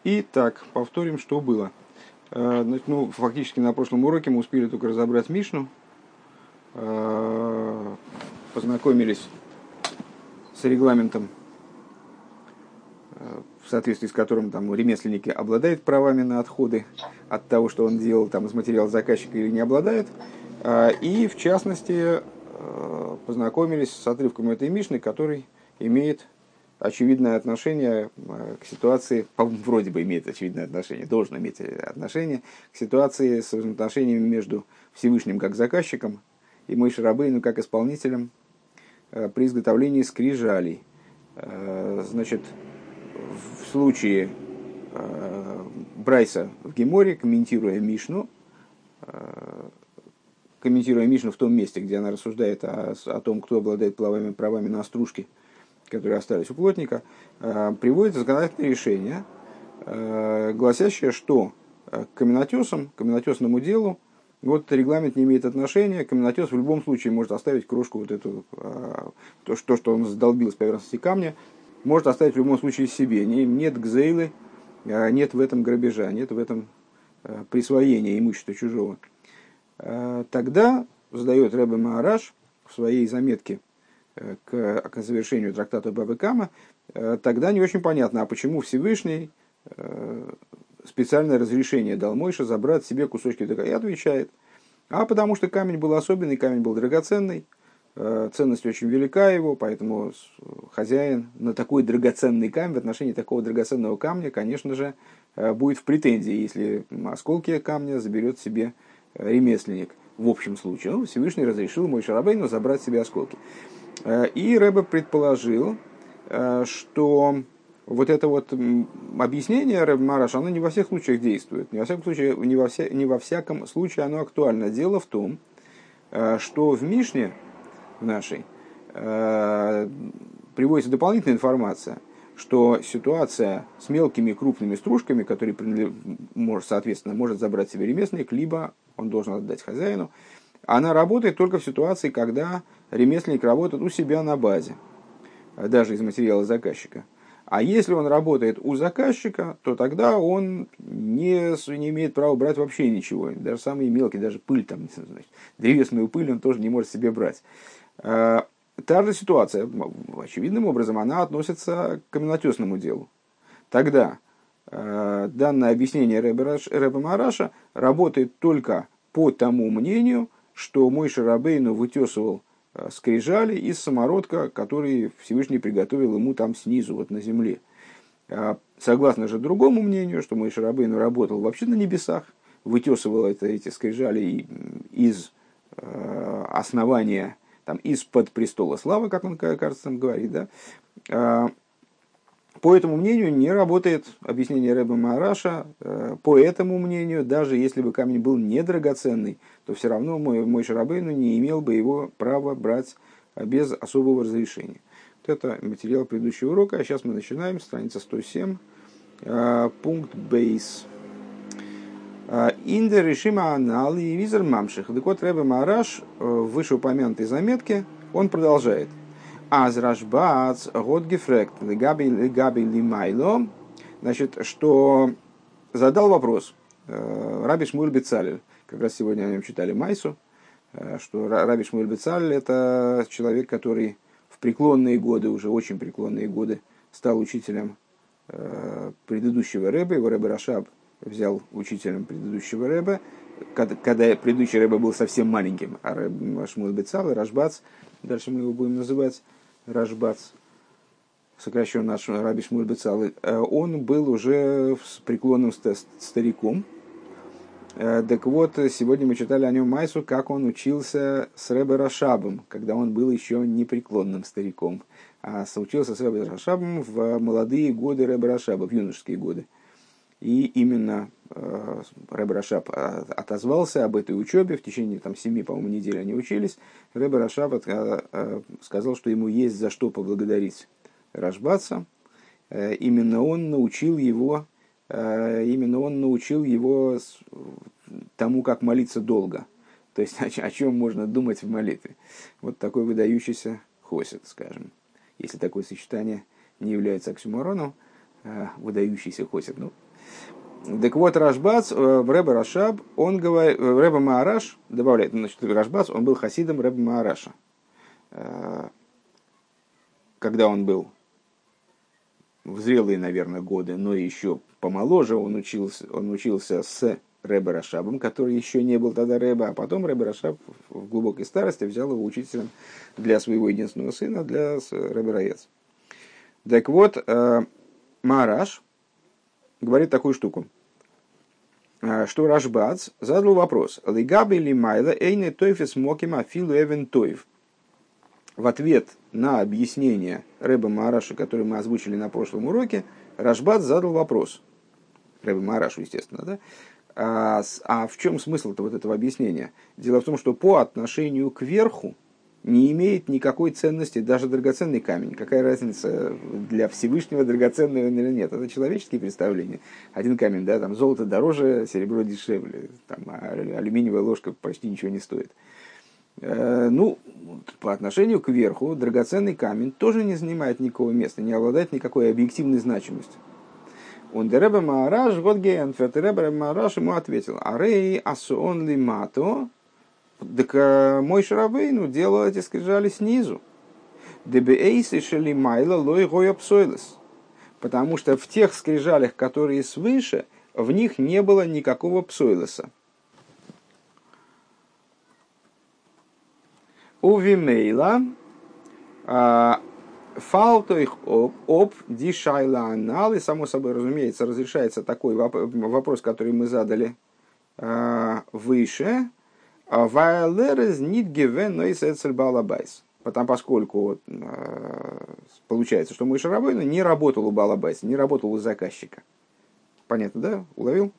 Итак, повторим, что было. Фактически на прошлом уроке мы успели только разобрать Мишну, познакомились с регламентом, в соответствии с которым ремесленники обладают правами на отходы от того, что он делал из материала заказчика или не обладает. И, в частности, познакомились с отрывком этой Мишны, который имеет очевидное отношение к ситуации, вроде бы имеет очевидное отношение, должен иметь отношение к ситуации с взаимоотношениями между Всевышним как заказчиком и Моше Рабейну как исполнителем при изготовлении скрижалей. Значит, в случае Брайса в Геморе, комментируя Мишну в том месте, где она рассуждает о том, кто обладает правами на стружки, которые остались у плотника, приводит законодательное решение, гласящее, что к каменотесному делу регламент не имеет отношения. Каменотес в любом случае может оставить крошку, то, что он сдолбил с поверхности камня, может оставить в любом случае себе. Нет гзейлы, нет в этом грабежа, нет в этом присвоения имущества чужого. Тогда, задает Ребе Маараш в своей заметке к завершению трактата Бава Кама, тогда не очень понятно, а почему Всевышний специальное разрешение дал Мойше забрать себе кусочки ДК. И отвечает, потому что камень был особенный, камень был драгоценный, ценность очень велика его, поэтому хозяин на такой драгоценный камень, в отношении такого драгоценного камня, конечно же, будет в претензии, если осколки камня заберет себе ремесленник. В общем случае, Всевышний разрешил Моше Рабейну забрать себе осколки. И Ребе предположил, что это объяснение Ребе Маараш, оно не во всех случаях действует, не во всяком случае оно актуально. Дело в том, что в Мишне в нашей приводится дополнительная информация, что ситуация с мелкими и крупными стружками, которые, соответственно, может забрать себе ремесленник, либо он должен отдать хозяину, она работает только в ситуации, когда ремесленник работает у себя на базе, даже из материала заказчика. А если он работает у заказчика, то тогда он не имеет права брать вообще ничего. Даже самые мелкие, даже пыль, древесную пыль он тоже не может себе брать. Та же ситуация, очевидным образом, она относится к каменотесному делу. Тогда данное объяснение Ребе Маараша работает только по тому мнению, что Моше Рабейну вытесывал скрижали из самородка, который Всевышний приготовил ему там снизу, на земле. Согласно же другому мнению, что Моше Рабейну работал вообще на небесах, вытесывал эти скрижали из основания, из-под престола славы, как он, кажется, там говорит, да? По этому мнению не работает объяснение Ребе Маараша. По этому мнению, даже если бы камень был недрагоценный, то все равно Моше Рабейну не имел бы его права брать без особого разрешения. Это материал предыдущего урока. А сейчас мы начинаем. Страница 107. Пункт бейс. Индер решима анал и визер мамших. Так вот, Ребе Маараш в вышеупомянутой заметке он продолжает. Аз Рашбац год гефрект легаби лимайло, значит, что задал вопрос Раби Шмуэль Бецалель, как раз сегодня о нем читали Майсу, что Раби Шмуэль Бецалель это человек, который в преклонные годы, уже очень преклонные годы, стал учителем предыдущего Ребе, его Ребе Рашаб взял учителем предыдущего Ребе, когда предыдущий Ребе был совсем маленьким, а Раби Шмуэль Бецалель, Рашбац, дальше мы его будем называть Рашбац, сокращенно Раби Шмуэль Бецалель, он был уже с преклонным стариком. Так вот, сегодня мы читали о нем Майсу, как он учился с Ребе Рашабом, когда он был еще не преклонным стариком, а учился с Ребе Рашабом в молодые годы Ребе Рашаба, в юношеские годы. И именно Ребе Рашаб отозвался об этой учебе, в течение 7, по-моему, недель они учились. Ребе Рашаб сказал, что ему есть за что поблагодарить Рашбаца. Именно он научил его тому, как молиться долго. То есть, о чем можно думать в молитве. Вот такой выдающийся хосед, скажем. Если такое сочетание не является оксюмороном, выдающийся хосед. Так вот, Рашбац, Рэбе Рашаб, он говорит, Рэбе Маараш добавляет, значит, Рашбац, он был хасидом Рэбе Маараша. Когда он был в зрелые, наверное, годы, но еще помоложе, он учился с Рэбе Рашабом, который еще не был тогда Рэбе, а потом Рэбе Рашаб в глубокой старости взял его учителем для своего единственного сына, для Рэбе Раец. Так вот, Маараш говорит такую штуку, что Рашбац задал вопрос: «Лигаби ли майла эйне тойфес моким афилу эвен тойв». В ответ на объяснение Рэбе Маараша, которое мы озвучили на прошлом уроке, Рашбац задал вопрос. Рэбе Маарашу, естественно, да? А в чем смысл-то вот этого объяснения? Дело в том, что по отношению к верху не имеет никакой ценности даже драгоценный камень. Какая разница, для Всевышнего драгоценный он или нет? Это человеческие представления. Один камень, да, там золото дороже, серебро дешевле, там, алюминиевая ложка почти ничего не стоит. Ну, по отношению к верху драгоценный камень тоже не занимает никакого места, не обладает никакой объективной значимостью. Он Рэбе Маараш, вот Гейнферт, Рэбе Маараш ему ответил: «Арей асуон ли мато». Так мой Рабейну делал эти скрижали снизу. Потому что в тех скрижалях, которые свыше, в них не было никакого псойлеса. У Вимейла фалто их об дишайла анал, и само собой разумеется разрешается такой вопрос, который мы задали выше. Потому, поскольку получается, что Моше Рабейну не работал у Баала Байса, не работал у заказчика. Понятно, да? Уловил?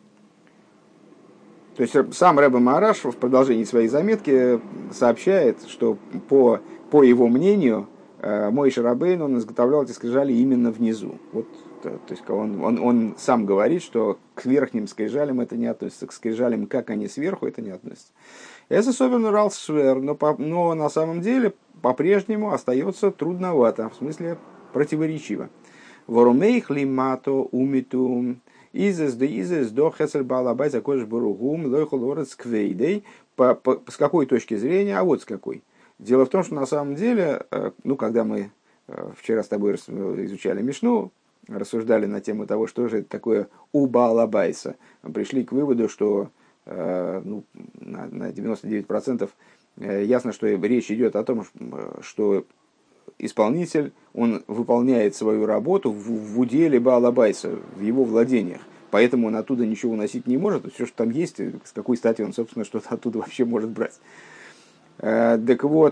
То есть сам Рэбе Маараш в продолжении своей заметки сообщает, что по его мнению Моше Рабейну он изготовлял эти скрижали именно внизу. Вот, то есть он сам говорит, что к верхним скрижалям это не относится, к скрижалям, как они сверху, это не относится. Это особенно ралсвер, но на самом деле по-прежнему остается трудновато, в смысле противоречиво. Ворумейх лимато умиту изес до хесер балабай закош баругум лойхол орец квейдей. С какой точки зрения? А вот с какой. Дело в том, что на самом деле, ну, когда мы вчера с тобой изучали Мишну, рассуждали на тему того, что же это такое у Баала Байса, пришли к выводу, что ну, на 99% ясно, что речь идет о том, что исполнитель, он выполняет свою работу в уделе Баала Байса, в его владениях. Поэтому он оттуда ничего уносить не может. Все, что там есть, с какой стати он, собственно, что-то оттуда вообще может брать. Так вот,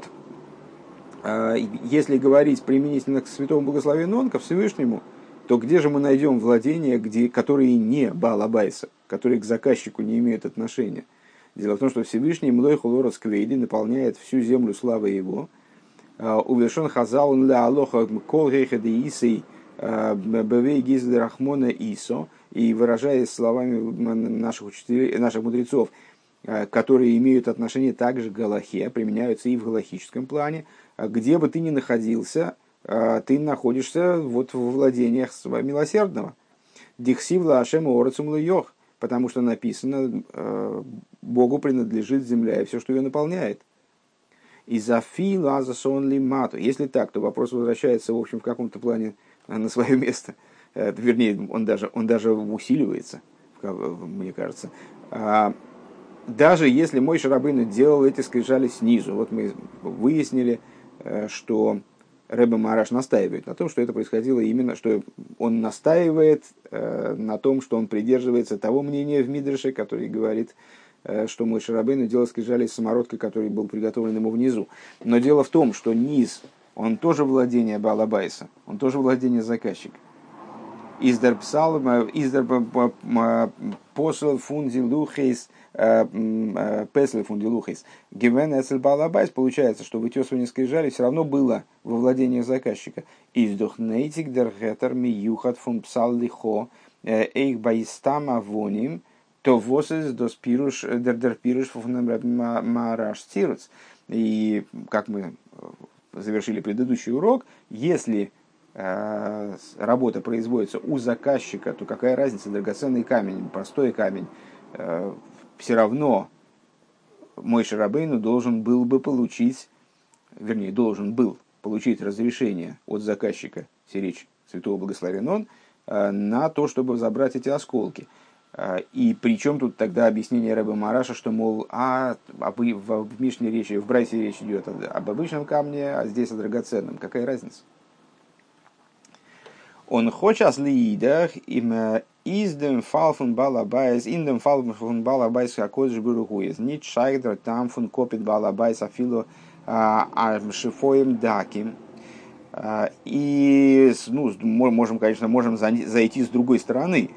если говорить применительно к святому благословенному Онка, Всевышнему, то где же мы найдем владения, которые не Баала Байса, которые к заказчику не имеют отношения? Дело в том, что Всевышний Млой Холорос Квейди наполняет всю землю славой его. Увершон Хазал ля Алоха Кол Гейха де Исей Бевей Гизле Рахмона Исо, и выражаясь словами наших учителей, наших мудрецов, которые имеют отношение также к Галахе, применяются и в галахическом плане, где бы ты ни находился, ты находишься вот в владениях милосердного. Дихсивла Ашем Орацум Льох, потому что написано, Богу принадлежит земля и все, что ее наполняет. И зафи лазасон лимату. Если так, то вопрос возвращается, в общем, в каком-то плане на свое место. Вернее, он даже усиливается, мне кажется. Даже если Моше Рабейну делал эти скрижали снизу, вот мы выяснили, что Рэбе Маараш настаивает на том, что это происходило именно, что он настаивает на том, что он придерживается того мнения в Мидреше, который говорит, что Моше Рабейну делал скрижали из самородка, который был приготовлен ему внизу. Но дело в том, что низ, он тоже владение Баала Байса, он тоже владение заказчика. Издар псалм, издар посл фундилухейс, песли фундилухейс, гивен эцель Баала Байс, получается, что вытесывание скрижали все равно было во владении заказчика. Издух нейтик дер гетер миюхат фун псал лихо, эйх байстама воним, то восес дос пируш дер пируш фун Маараш стирц. И как мы завершили предыдущий урок, если работа производится у заказчика, то какая разница, драгоценный камень, простой камень, все равно Мойше Рабейну должен был получить разрешение от заказчика, сиречь святого благословен он, на то, чтобы забрать эти осколки. И причем тут тогда объяснение Ребе Мараша, что, мол, в Мишне речи, в Брайсе речь идет об обычном камне, а здесь о драгоценном. Какая разница? Он хочет лидах им из dem Fall von Balabais, in dem Fall von Balabais Hakodesh Baruch ist nicht scheitert там von Kopit Balabais афило шифоем даким. И можем зайти с другой стороны,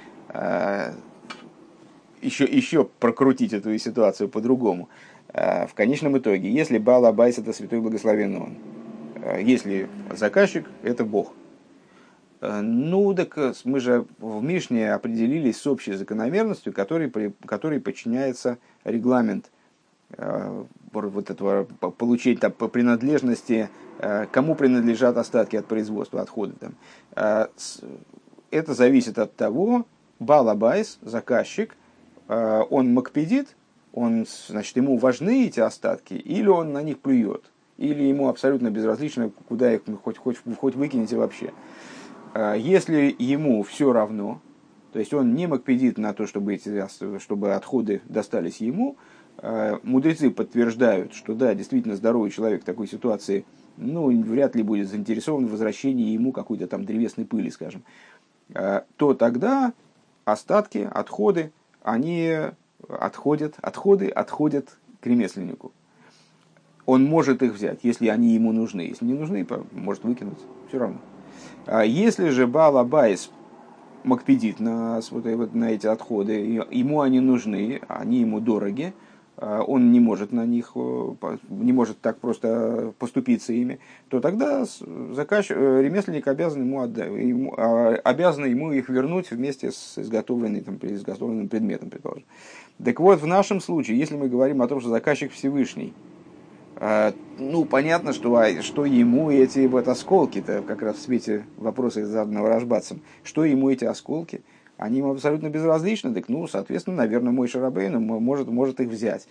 еще прокрутить эту ситуацию по-другому. В конечном итоге, если Балабайс это святой благословен он, если заказчик это Бог, ну так мы же в Мишне определились с общей закономерностью, которой подчиняется регламент вот этого получения там, по принадлежности, кому принадлежат остатки от производства, отходы. Там. Это зависит от того, Балабайс, заказчик, он макпедит, значит, ему важны эти остатки, или он на них плюет, или ему абсолютно безразлично, куда их хоть выкинете вообще. Если ему все равно, то есть он не макпедит на то, чтобы отходы достались ему, мудрецы подтверждают, что да, действительно здоровый человек в такой ситуации вряд ли будет заинтересован в возвращении ему какой-то там древесной пыли, скажем, то тогда остатки, отходы, они отходят к ремесленнику. Он может их взять, если они ему нужны. Если не нужны, может выкинуть, все равно. Если же Балабайс макпедит на эти отходы, ему они нужны, они ему дороги, он не может так просто поступиться ими, то тогда ремесленник обязан ему их вернуть вместе с изготовленным предметом, предположим. Так вот, в нашем случае, если мы говорим о том, что заказчик Всевышний, понятно, что ему эти осколки-то, как раз в свете вопроса, заданного Рашбатцем, что ему эти осколки, они ему абсолютно безразличны, так, соответственно, наверное, Мойше Рабейну может их взять.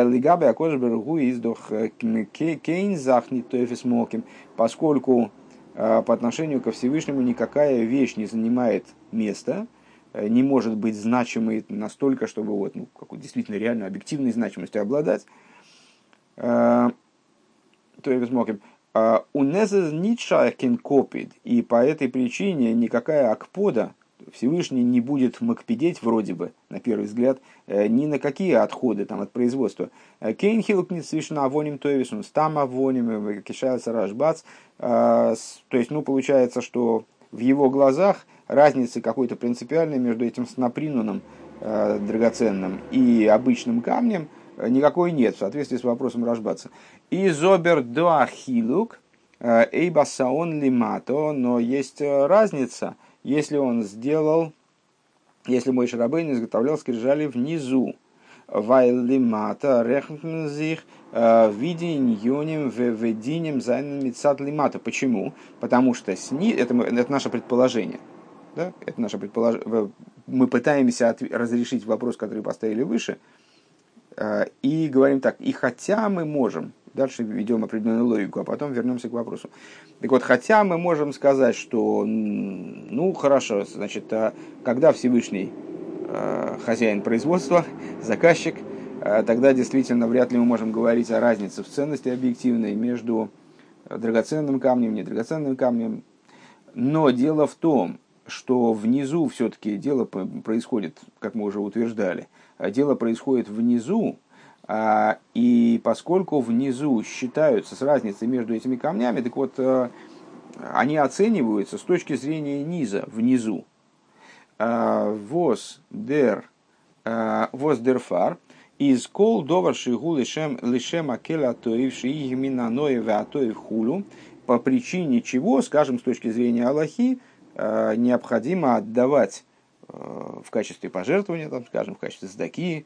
Поскольку по отношению ко Всевышнему никакая вещь не занимает места, не может быть значимой настолько, чтобы какой действительно реальной объективной значимостью обладать, и по этой причине никакая акпода Всевышний не будет макпедеть вроде бы, на первый взгляд, ни на какие отходы там, от производства. Кейнхилкнит свишна авоним тоевисун, стам авоним, кишается рашбац. То есть, получается, что в его глазах разницы какой-то принципиальной между этим снапринуном драгоценным и обычным камнем никакой нет, в соответствии с вопросом Рашбаца. И зобер дуахилук эйбасаон лимато, но есть разница, если Мойше Рабейну изготовлял скрижали внизу, вайлимата рехнзих видиньоним введинем зайнем мицат лимата. Почему? Потому что это наше предположение. Да? Это наше предположение. Мы пытаемся разрешить вопрос, который поставили выше, и говорим так, и хотя мы можем, дальше введем определенную логику, а потом вернемся к вопросу. Так вот, хотя мы можем сказать, что, хорошо, значит, когда Всевышний хозяин производства, заказчик, тогда действительно вряд ли мы можем говорить о разнице в ценности объективной между драгоценным камнем и недрагоценным камнем. Но дело в том, что внизу все-таки дело происходит, как мы уже утверждали, дело происходит внизу, и поскольку внизу считаются с разницей между этими камнями, так вот, они оцениваются с точки зрения низа, внизу. Воз дер фар из кол довар шигу лишем акеля тоив шиих минаноев атоев хулу, по причине чего, скажем, с точки зрения Аллахи, необходимо отдавать в качестве пожертвования, там, скажем, в качестве сдаки,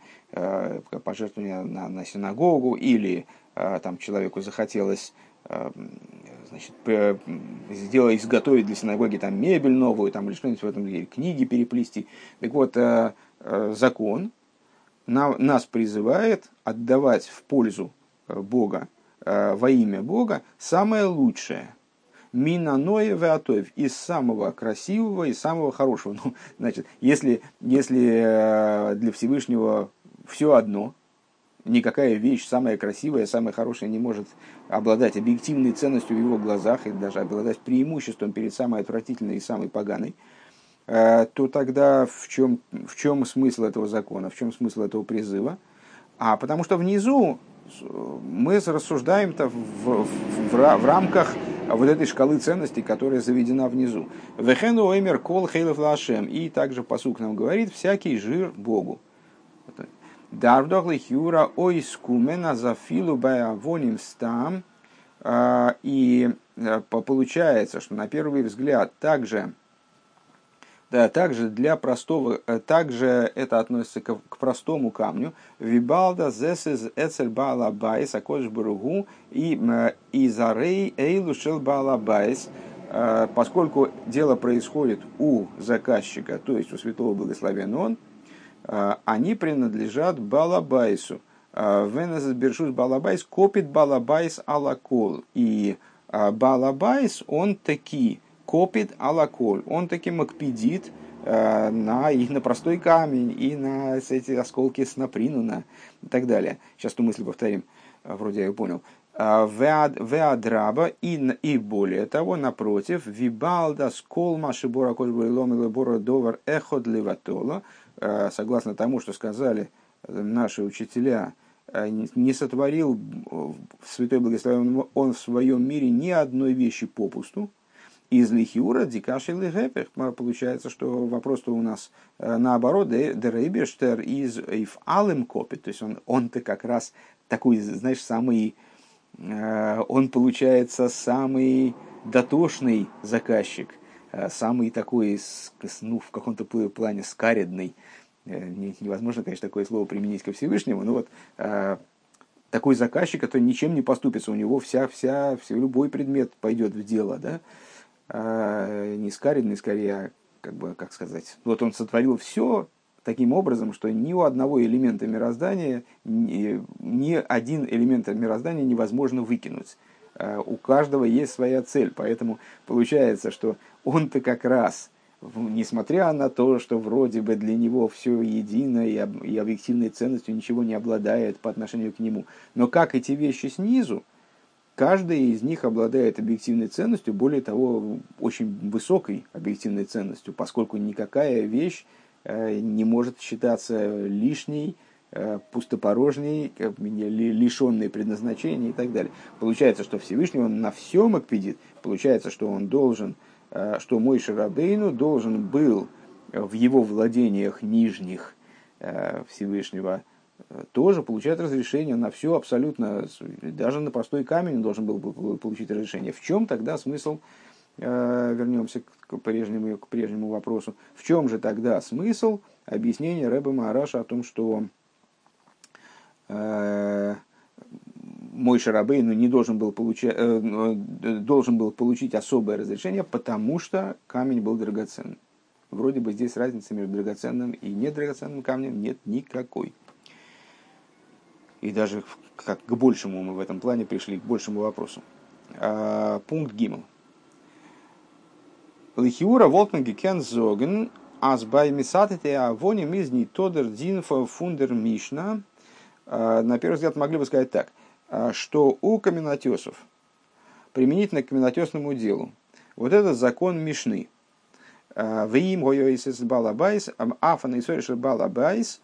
пожертвования на синагогу, или там, человеку захотелось изготовить для синагоги там мебель новую, там, или что-нибудь в этом деле, книги переплести. Так вот, закон нас призывает отдавать в пользу Бога, во имя Бога, самое лучшее. Минаное веатоев, из самого красивого и самого хорошего. Ну, значит, если для Всевышнего все одно, никакая вещь, самая красивая, самая хорошая, не может обладать объективной ценностью в его глазах и даже обладать преимуществом перед самой отвратительной и самой поганой, то тогда в чем смысл этого закона, в чем смысл этого призыва? А потому что внизу мы рассуждаем-то в рамках вот этой шкалы ценностей, которая заведена внизу. Вехену оймер кол хейлев лашем. И также пасук нам говорит: всякий жир Богу. Дарвдохли хюра ойскумена зафилу баявоним стам. И получается, что на первый взгляд также для простого, также это относится к простому камню. Вибалда зесез эцель балабайс акодж баругу и изарей эйлушел балабайс. Поскольку дело происходит у заказчика, то есть у святого благословен он, они принадлежат балабайсу. Венезес бершус балабайс копит балабайс алакол. И балабайс он таки копит алаколь, он таки макпедит и на простой камень, и на эти осколки снапринуна и так далее. Сейчас ту мысль повторим, вроде я ее понял. Веадраба и более того, напротив, вибалда скол машибора кожбуэлом бора довар эход леватола, согласно тому, что сказали наши учителя, не сотворил святой благословенный он в своем мире ни одной вещи попусту. Из лихиура дикаши лихепех. Получается, что вопрос-то у нас наоборот, дерейбештер из алым копит. То есть он-то как раз такой, знаешь, самый, он получается самый дотошный заказчик, самый такой, ну, в каком-то плане скаредный. Невозможно, конечно, такое слово применить ко Всевышнему, но вот такой заказчик, который ничем не поступится, у него любой предмет пойдет в дело, да? Не скаридный, скорее, как сказать, вот он сотворил все таким образом, что ни у одного элемента мироздания, ни один элемент мироздания невозможно выкинуть. У каждого есть своя цель, поэтому получается, что он-то как раз, несмотря на то, что вроде бы для него все едино и объективной ценностью ничего не обладает по отношению к нему, но как эти вещи снизу, каждая из них обладает объективной ценностью, более того, очень высокой объективной ценностью, поскольку никакая вещь не может считаться лишней, пустопорожней, лишенной предназначения и так далее. Получается, что Всевышний он на всем акпедит. Получается, что он должен, что Мойше Рабейну должен был в его владениях нижних Всевышнего тоже получает разрешение на все абсолютно, даже на простой камень должен был получить разрешение. В чем тогда смысл, вернемся к прежнему вопросу, в чем же тогда смысл объяснения Ребе Маараша о том, что Мойше Рабейну не должен был получить особое разрешение, потому что камень был драгоценным. Вроде бы здесь разницы между драгоценным и недрагоценным камнем нет никакой. И даже как к большему мы в этом плане пришли, к большему вопросу. Пункт Гимл. Лихиура волтмаги кен зоген азбай мисатете авони мизни тодер динфа фундер мишна. На первый взгляд могли бы сказать так, что у каменотесов, применительно к каменотесному делу, вот этот закон Мишны, вим гойоисес балабайс, афан исоришер балабайс,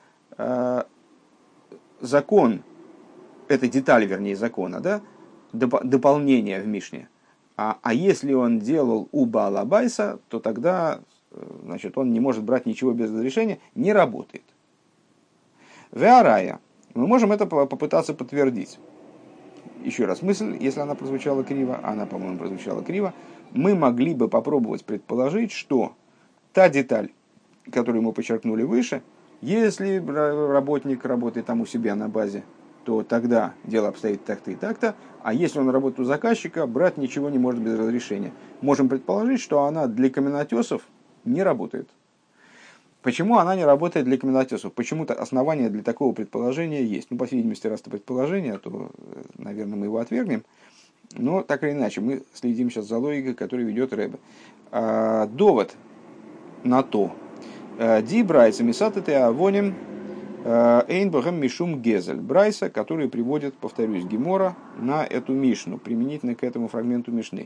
закон, это деталь, вернее, закона, да, дополнение в Мишне. А если он делал у Баалабайса, то тогда, значит, он не может брать ничего без разрешения, не работает. Веарая. Мы можем это попытаться подтвердить. Еще раз мысль, если она прозвучала криво, она, по-моему, прозвучала криво, мы могли бы попробовать предположить, что та деталь, которую мы подчеркнули выше, если работник работает там у себя на базе, то тогда дело обстоит так-то и так-то, а если он работает у заказчика, брать ничего не может без разрешения. Можем предположить, что она для каменотесов не работает. Почему она не работает для каменотесов? Почему-то основания для такого предположения есть. Ну, по всей видимости, раз это предположение, то, наверное, мы его отвергнем. Но так или иначе, мы следим сейчас за логикой, которую ведет Ребе. Довод на то. Ди брайса мисата те авоним эйнбахам мишум гезель. Брайса, который приводит, повторюсь, Гемора на эту мишну, применительно к этому фрагменту мишны.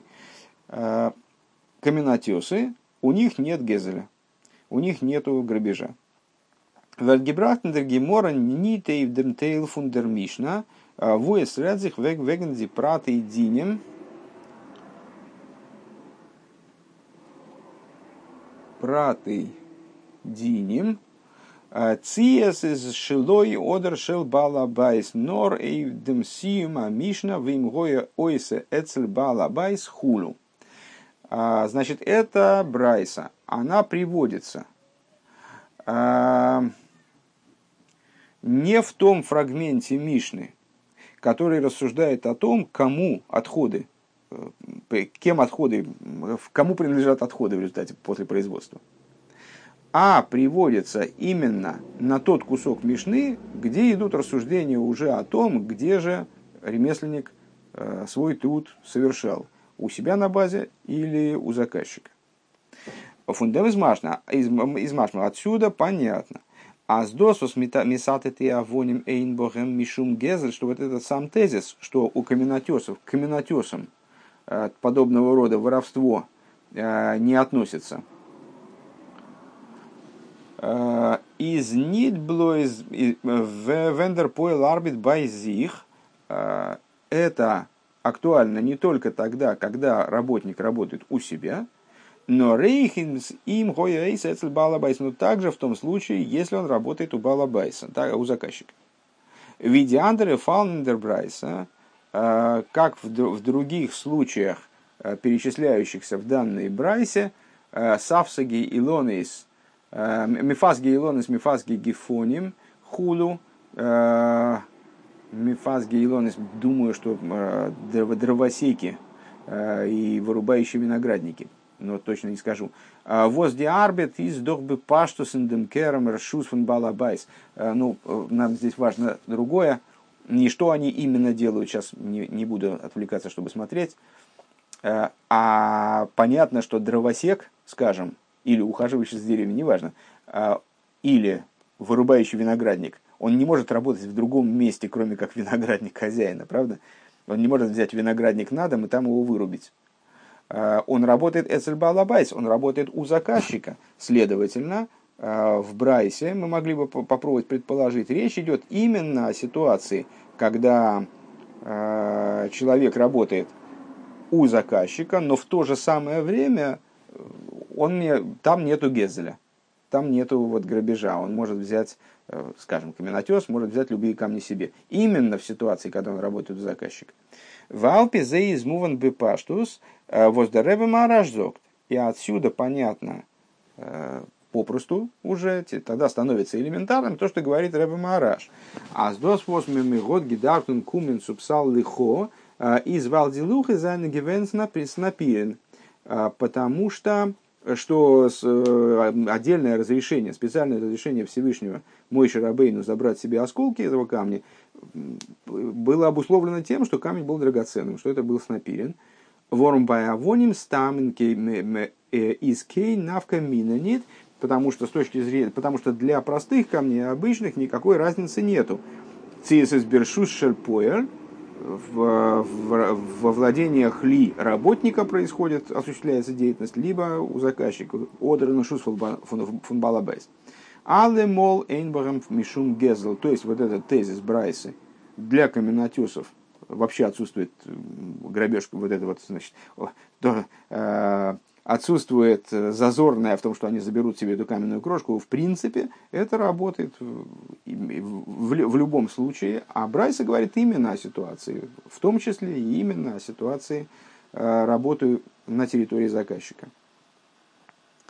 Каменотесы, у них нет гезеля, у них нету грабежа. Вальгебрахтен дер Гемора нитейв дем тейл фун дер мишна вуэс редзих веген ди праты динем. Праты динем. Циес из шилой одер шел балабайс нор эйвдем сиюма мишна вимгоя ойсе эцель балабайс хулу. Значит, это брайса. Она приводится не в том фрагменте Мишны, который рассуждает о том, кому отходы, кому принадлежат отходы в результате после производства, а приводится именно на тот кусок Мишны, где идут рассуждения уже о том, где же ремесленник свой труд совершал, у себя на базе или у заказчика. Фундам из Машма, отсюда понятно. А с досус мисатети авоним эйнбохем мишум гезель, что вот этот сам тезис, что у каменотесов к каменотесам подобного рода воровство не относится. Из нидблойз вендер поэл арбит байзих. Это актуально не только тогда, когда работник работает у себя, но рейхинс им гояйс эцель балабайс, но также в том случае, если он работает у балабайса, у заказчика. Видиандеры фалнендер брайса, как в других случаях, перечисляющихся в данной брайсе, савсаги илонис, мифазги илонис, мифазги гифоним, хулу, мифазги илонис, думаю, что дровосеки и вырубающие виноградники, но точно не скажу. Возде арбет из дохбы паштус индемкером расшус фон балабайс. Ну, нам здесь важно другое. Не что они именно делают, сейчас не буду отвлекаться, чтобы смотреть. А понятно, что дровосек, скажем, или ухаживающий за деревьями, неважно, или вырубающий виноградник, он не может работать в другом месте, кроме как виноградник хозяина, правда? Он не может взять виноградник на дом и там его вырубить. Он работает эцель балабайс, он работает у заказчика. Следовательно, в брайсе мы могли бы попробовать предположить, речь идет именно о ситуации, когда человек работает у заказчика, но в то же самое время там нету гезеля, там нету грабежа. Он может взять, скажем, каменотес, может взять любые камни себе. Именно в ситуации, когда он работает у заказчика. В Алпе зе измуван бепаштус воздареве маражзокт. И отсюда понятно попросту уже, тогда становится элементарным то, что говорит Ребе Маараш. Аздос восьмими год гидартун кумен субсал лихо из валдилухи за негевенсна приснапирен. Потому что отдельное разрешение, специальное разрешение Всевышнего Мойше Рабейну забрать себе осколки этого камня было обусловлено тем, что камень был драгоценным, что это был снапирен. Ворум баявоним стамен из кей навка минанит, потому что для простых камней обычных никакой разницы нету. Цисс бершус шельпоер во владениях ли работника осуществляется деятельность, либо у заказчика. Одер нашус фун балабайс. Але мол эйнбагам мишум гезл. То есть вот этот тезис Брайсы для каменотесов вообще отсутствует грабеж, вот это вот, значит, отсутствует зазорное в том, что они заберут себе эту каменную крошку. В принципе, это работает в любом случае. А Брайса говорит именно о ситуации, в том числе и именно о ситуации работы на территории заказчика.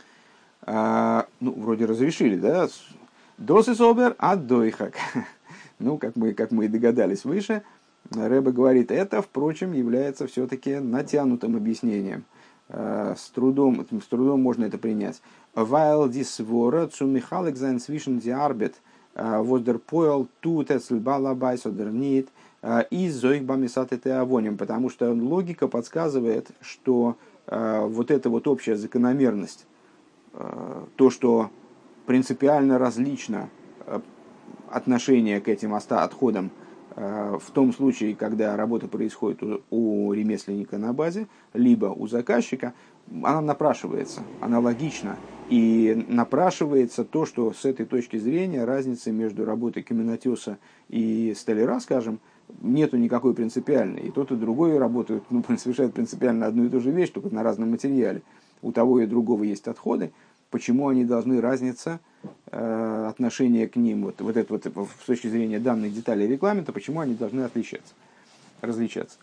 Вроде разрешили, да? Досис обер от дойхак. Ну, как мы и догадались выше, Рэбе говорит, это, впрочем, является все-таки натянутым объяснением. С трудом можно это принять. Weil die Svora zu Michalik sein zwischen die Arbeit, wo der Poel tut es balabais oder nicht, и зоих бамисат это авоним, потому что логика подсказывает, что вот эта вот общая закономерность, то, что принципиально различно отношение к этим отходам в том случае, когда работа происходит у ремесленника на базе, либо у заказчика, она напрашивается, она логична. И напрашивается то, что с этой точки зрения разницы между работой каменотеса и столяра, скажем, нету никакой принципиальной. И тот, и другой работают, совершают принципиально одну и ту же вещь, только на разном материале. У того и другого есть отходы. Почему они должны разниться, отношение к ним, вот это вот с точки зрения данных деталей регламента, почему они должны различаться.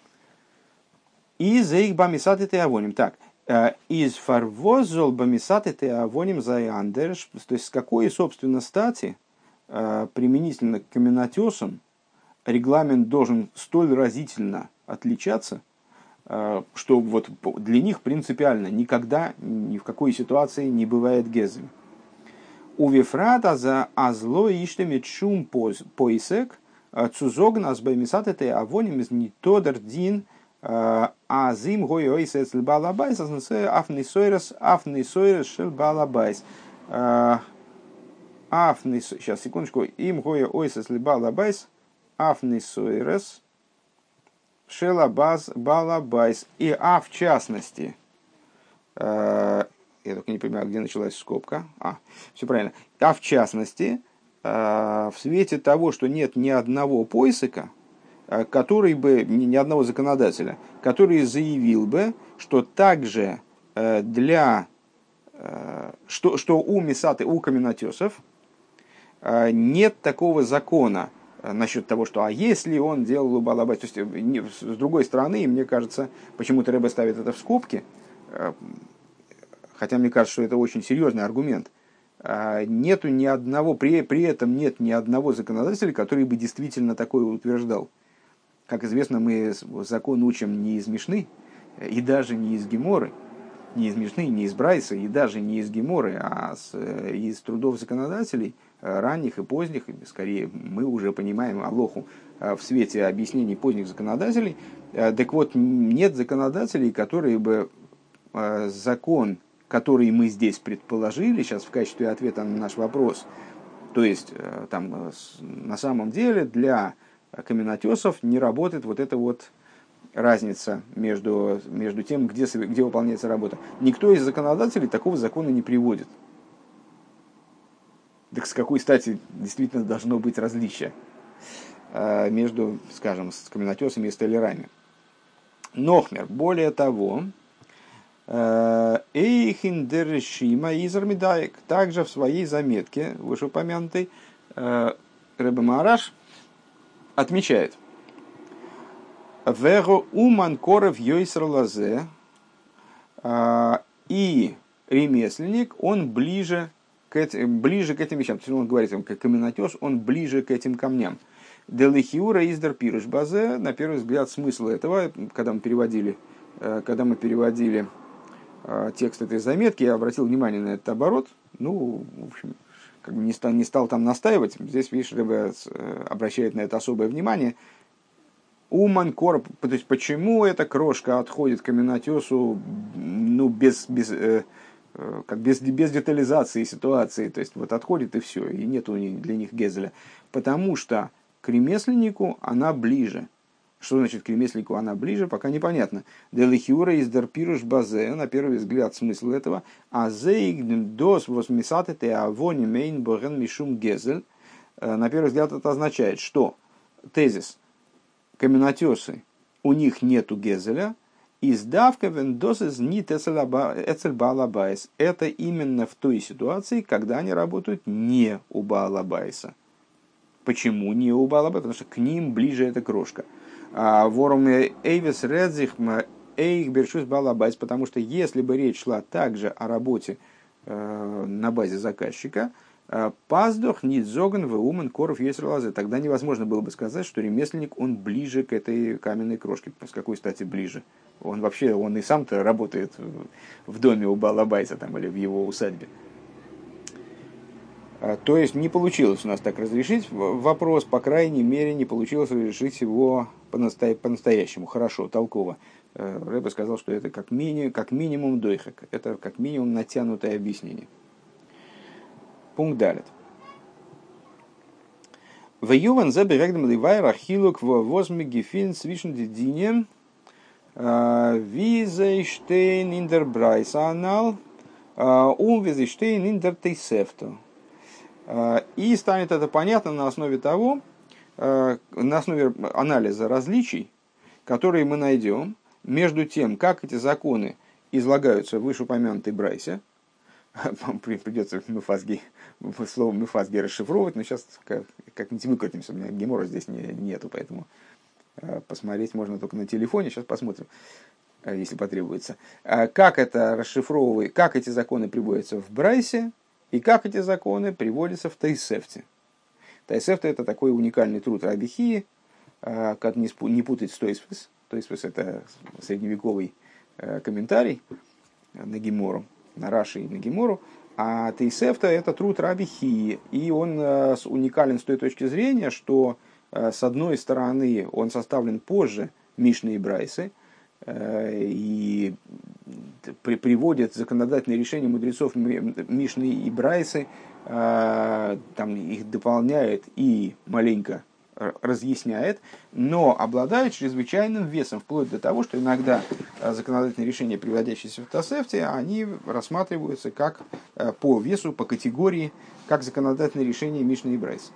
Из их бамисаты теавоним. Так, из фарвозол бамисаты теавоним заяндерш, то есть с какой, собственно, стати применительно к каменотесам регламент должен столь разительно отличаться, что вот для них принципиально никогда, ни в какой ситуации не бывает гезель. У Вифрата за азло иштемит шум поисек цузогнас баймисат это авоним из нитодер дин азим гойойсец балабайс афнисойрес шел балабайс. Сейчас, секундочку. Им гойойсец балабайс афнисойрес шелабаз балабайс. И в частности, я только не понимаю, где началась скобка. Все правильно. А в частности, в свете того, что нет ни одного поисака, который бы, ни одного законодателя, который заявил бы, что также что у мисаты, у каменотесов нет такого закона насчет того, что если он делал у балабайс. То есть, с другой стороны, мне кажется, почему-то Рэбе ставит это в скобки, хотя мне кажется, что это очень серьезный аргумент. Нету ни одного, при этом нет ни одного законодателя, который бы действительно такое утверждал. Как известно, мы закон учим не из Мишны, и даже не из Геморы, не из Мишны, не из Брайса, и даже не из Геморы, а из трудов законодателей, ранних и поздних. Скорее, мы уже понимаем Алоху в свете объяснений поздних законодателей. Так вот, нет законодателей, которые бы закон, который мы здесь предположили, сейчас в качестве ответа на наш вопрос, то есть там на самом деле для каменотесов не работает вот эта вот разница между тем, где выполняется работа. Никто из законодателей такого закона не приводит. Так с какой стати действительно должно быть различие между, скажем, с каменотесами и столярами? Нохмер, более того, Эйхиндершима изармидаек, также в своей заметке, вышеупомянутой, Ребе Маараш отмечает: Вего уман коров йойсралазе, и ремесленник, он ближе к этим вещам. То есть он говорит, как каменотес, он ближе к этим камням. Делихиура издер пируш базе, на первый взгляд, смысл этого, когда мы переводили текст этой заметки, я обратил внимание на этот оборот. В общем, как бы не стал там настаивать. Здесь, видишь, Ребе обращает на это особое внимание. Уман корп, то есть почему эта крошка отходит к каменотесу, без детализации ситуации, то есть вот отходит и все, и нету для них гезеля. Потому что к ремесленнику она ближе. Что значит к ремесленнику она ближе, пока непонятно. Делихиура из дарпируш базе, на первый взгляд смысл этого. Азейгн дос восмисаты те авони мейн борен мишум гезель. На первый взгляд это означает, что тезис: каменотесы, у них нету гезеля, издавка вендосис нит эцель баалабайс. Это именно в той ситуации, когда они работают не у баалабайса. Почему не у баалабайса? Потому что к ним ближе эта крошка. Ворум эйвес редзих эйх бершус балабайс, потому что если бы речь шла также о работе на базе заказчика, Паздох нидзоган веумен коров есрелазе. Тогда невозможно было бы сказать, что ремесленник, он ближе к этой каменной крошке. С какой стати ближе? Он вообще, он и сам-то работает в доме у Балабайса там, или в его усадьбе. То есть не получилось у нас так разрешить вопрос, по крайней мере, не получилось разрешить его по-настоящему, хорошо, толково. Рэбе сказал, что это как минимум дойхак, это как минимум натянутое объяснение. Пункт далит. В Юван заберегдем ливайра хилук в возьме гефин свишен дединем визейштейн индер брайсанал визейштейн индер тейсефто. И станет это понятно на основе того, на основе анализа различий, которые мы найдем между тем, как эти законы излагаются в вышеупомянутой брайсе. Придется слово мефазги расшифровывать, но сейчас как-нибудь выкрутимся, у меня гемора здесь нету, поэтому посмотреть можно только на телефоне, сейчас посмотрим, если потребуется. Как это расшифровывает, как эти законы приводятся в брайсе, и как эти законы приводятся в Тайсефте. Тайсефта — это такой уникальный труд Раби Хии, как не путать с Тойсфос. Тойсфос — это средневековый комментарий на Гемору, на Раши и на Гемору. А Тайсефта — это труд Раби Хии. И он уникален с той точки зрения, что с одной стороны он составлен позже Мишны и Брайсы, и приводит законодательные решения мудрецов Мишны и Брайсы, там их дополняет и маленько разъясняет, но обладает чрезвычайным весом, вплоть до того, что иногда законодательные решения, приводящиеся в Тосефте, они рассматриваются как по весу, по категории, как законодательные решения Мишны и Брайсы.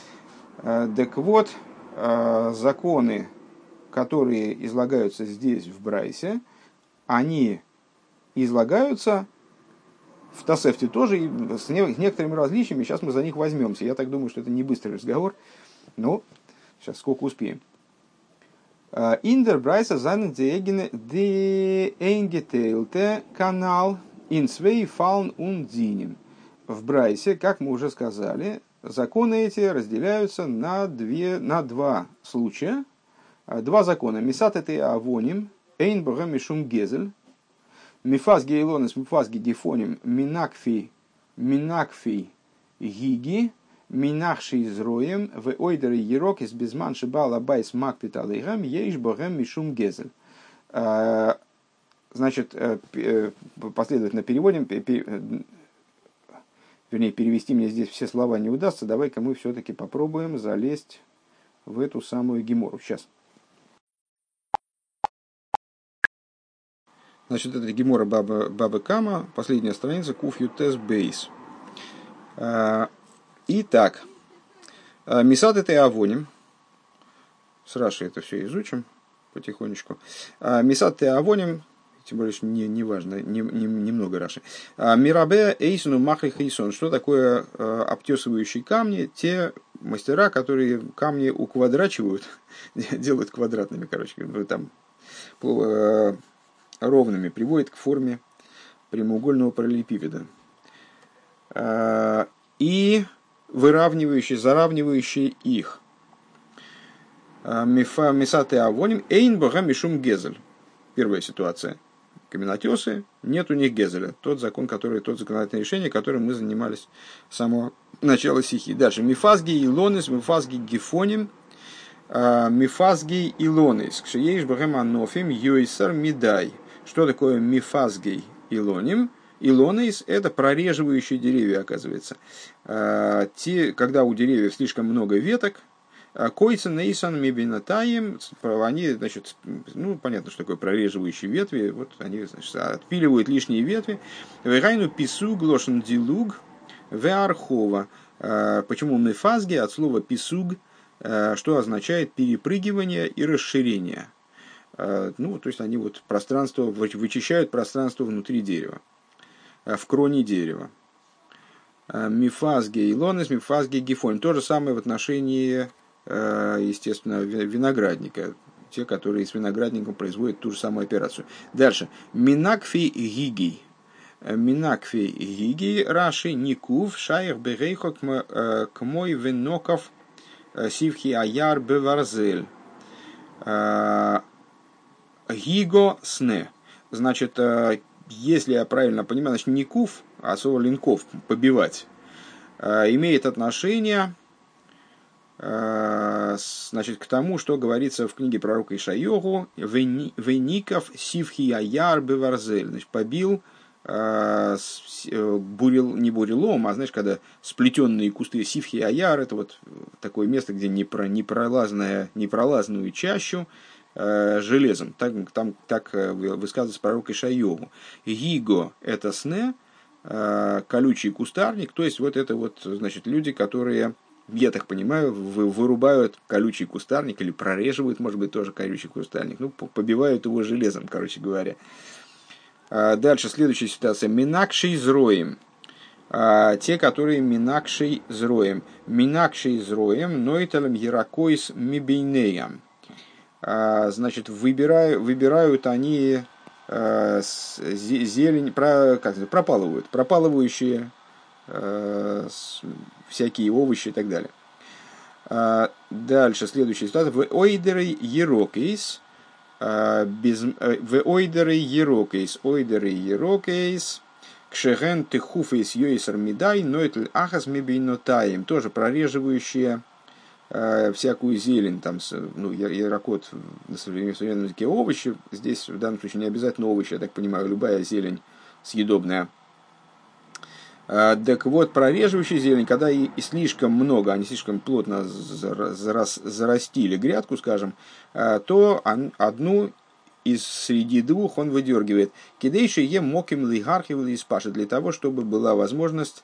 Так вот, законы, которые излагаются здесь, в Брайсе, они излагаются в Тосефте тоже, и с некоторыми различиями. Сейчас мы за них возьмемся. Я так думаю, что это не быстрый разговор, но сейчас сколько успеем. Индер Брайса зайнет де эйнгетейлте канал инсвей фаун ундиним. В Брайсе, как мы уже сказали, законы эти разделяются на два случая. Два закона. Мисат это авоним, эйн бога мишум гезель, мифаз гейлонес, мифаз гефоним, минакфи гиги, минахши изроем, в ойдере ерок из безман шибала байс макпит алейгам, ейш бога мишум гезель. Значит, последовательно переводим, вернее, перевести мне здесь все слова не удастся. Давай-ка мы все-таки попробуем залезть в эту самую гемору. Сейчас. Значит, это Гемора Баба Кама, последняя страница, Куф Ютес Бейс. Итак, Мисат это Авоним. С Раши это все изучим потихонечку. Мисат это Авоним, тем более, что не важно, немного Раши. Мирабе Эйсону Махри Хейсон. Что такое обтесывающие камни? Те мастера, которые камни уквадрачивают, делают квадратными, короче, там ровными, приводит к форме прямоугольного параллелепипеда. И заравнивающие их. Мисаты авоним эйн бога мишум гезель. Первая ситуация. Каменотесы, нет у них гезеля. Тот законодательное решение, которым мы занимались с самого начала сихи. Дальше. Мифазги илонис, мифазги гефоним, мифазги илонис. Кшееш богем анофим юйсар мидай. Что такое мифазгей илоним? Илонис — это прореживающие деревья, оказывается. Когда у деревьев слишком много веток, койца нейсан мибинатаем, они, значит, понятно, что такое прореживающие ветви, вот они, значит, отпиливают лишние ветви. Вегайну пису глошен дилуг веархова. Почему мифазги? От слова писуг, что означает перепрыгивание и расширение. То есть они вычищают пространство внутри дерева, в кроне дерева. Мифазги илонес, мифазги гефон. То же самое в отношении, естественно, виноградника. Те, которые с виноградником производят ту же самую операцию. Дальше. Минакфи гиги. Минакви гиги раши никув шайх бегейхо к мой веноков сивхи аяр беварзель. Гиго сне. Значит, если я правильно понимаю, значит, никув, а слово линков, побивать, имеет отношение, значит, к тому, что говорится в книге пророка Ишайоху: «Веников сивхи аяр беварзель». Значит, побил, не бурелом, а, знаешь, когда сплетенные кусты сивхи аяр, это вот такое место, где непролазную чащу железом. Так высказывается пророк Ишайоху. Гиго – это сне, колючий кустарник, то есть вот это вот, значит, люди, которые, я так понимаю, вырубают колючий кустарник или прореживают, может быть, тоже колючий кустарник, ну, побивают его железом, короче говоря. Дальше, следующая ситуация. Минакший зроем. Те, которые минакший зроем. Минакший зроем, нойталем яракойс мибейнеям. Значит, выбирают они зелень, пропалывающие всякие овощи и так далее. Дальше, следующая ситуация. В ойдеры ерокейс. В ойдеры ерокейс. Кшеген тихуфейс йойсер мидай, нойтл ахас мибейнотаем. Тоже прореживающие всякую зелень, там, ну, ярокот на современном языке овощи. Здесь в данном случае не обязательно овощи, я так понимаю, любая зелень съедобная. Так вот, прореживающая зелень, когда и слишком много, они слишком плотно зарастили грядку, скажем, то одну из среди двух он выдергивает. Кидейши е моким лигархив лиспаши, для того, чтобы была возможность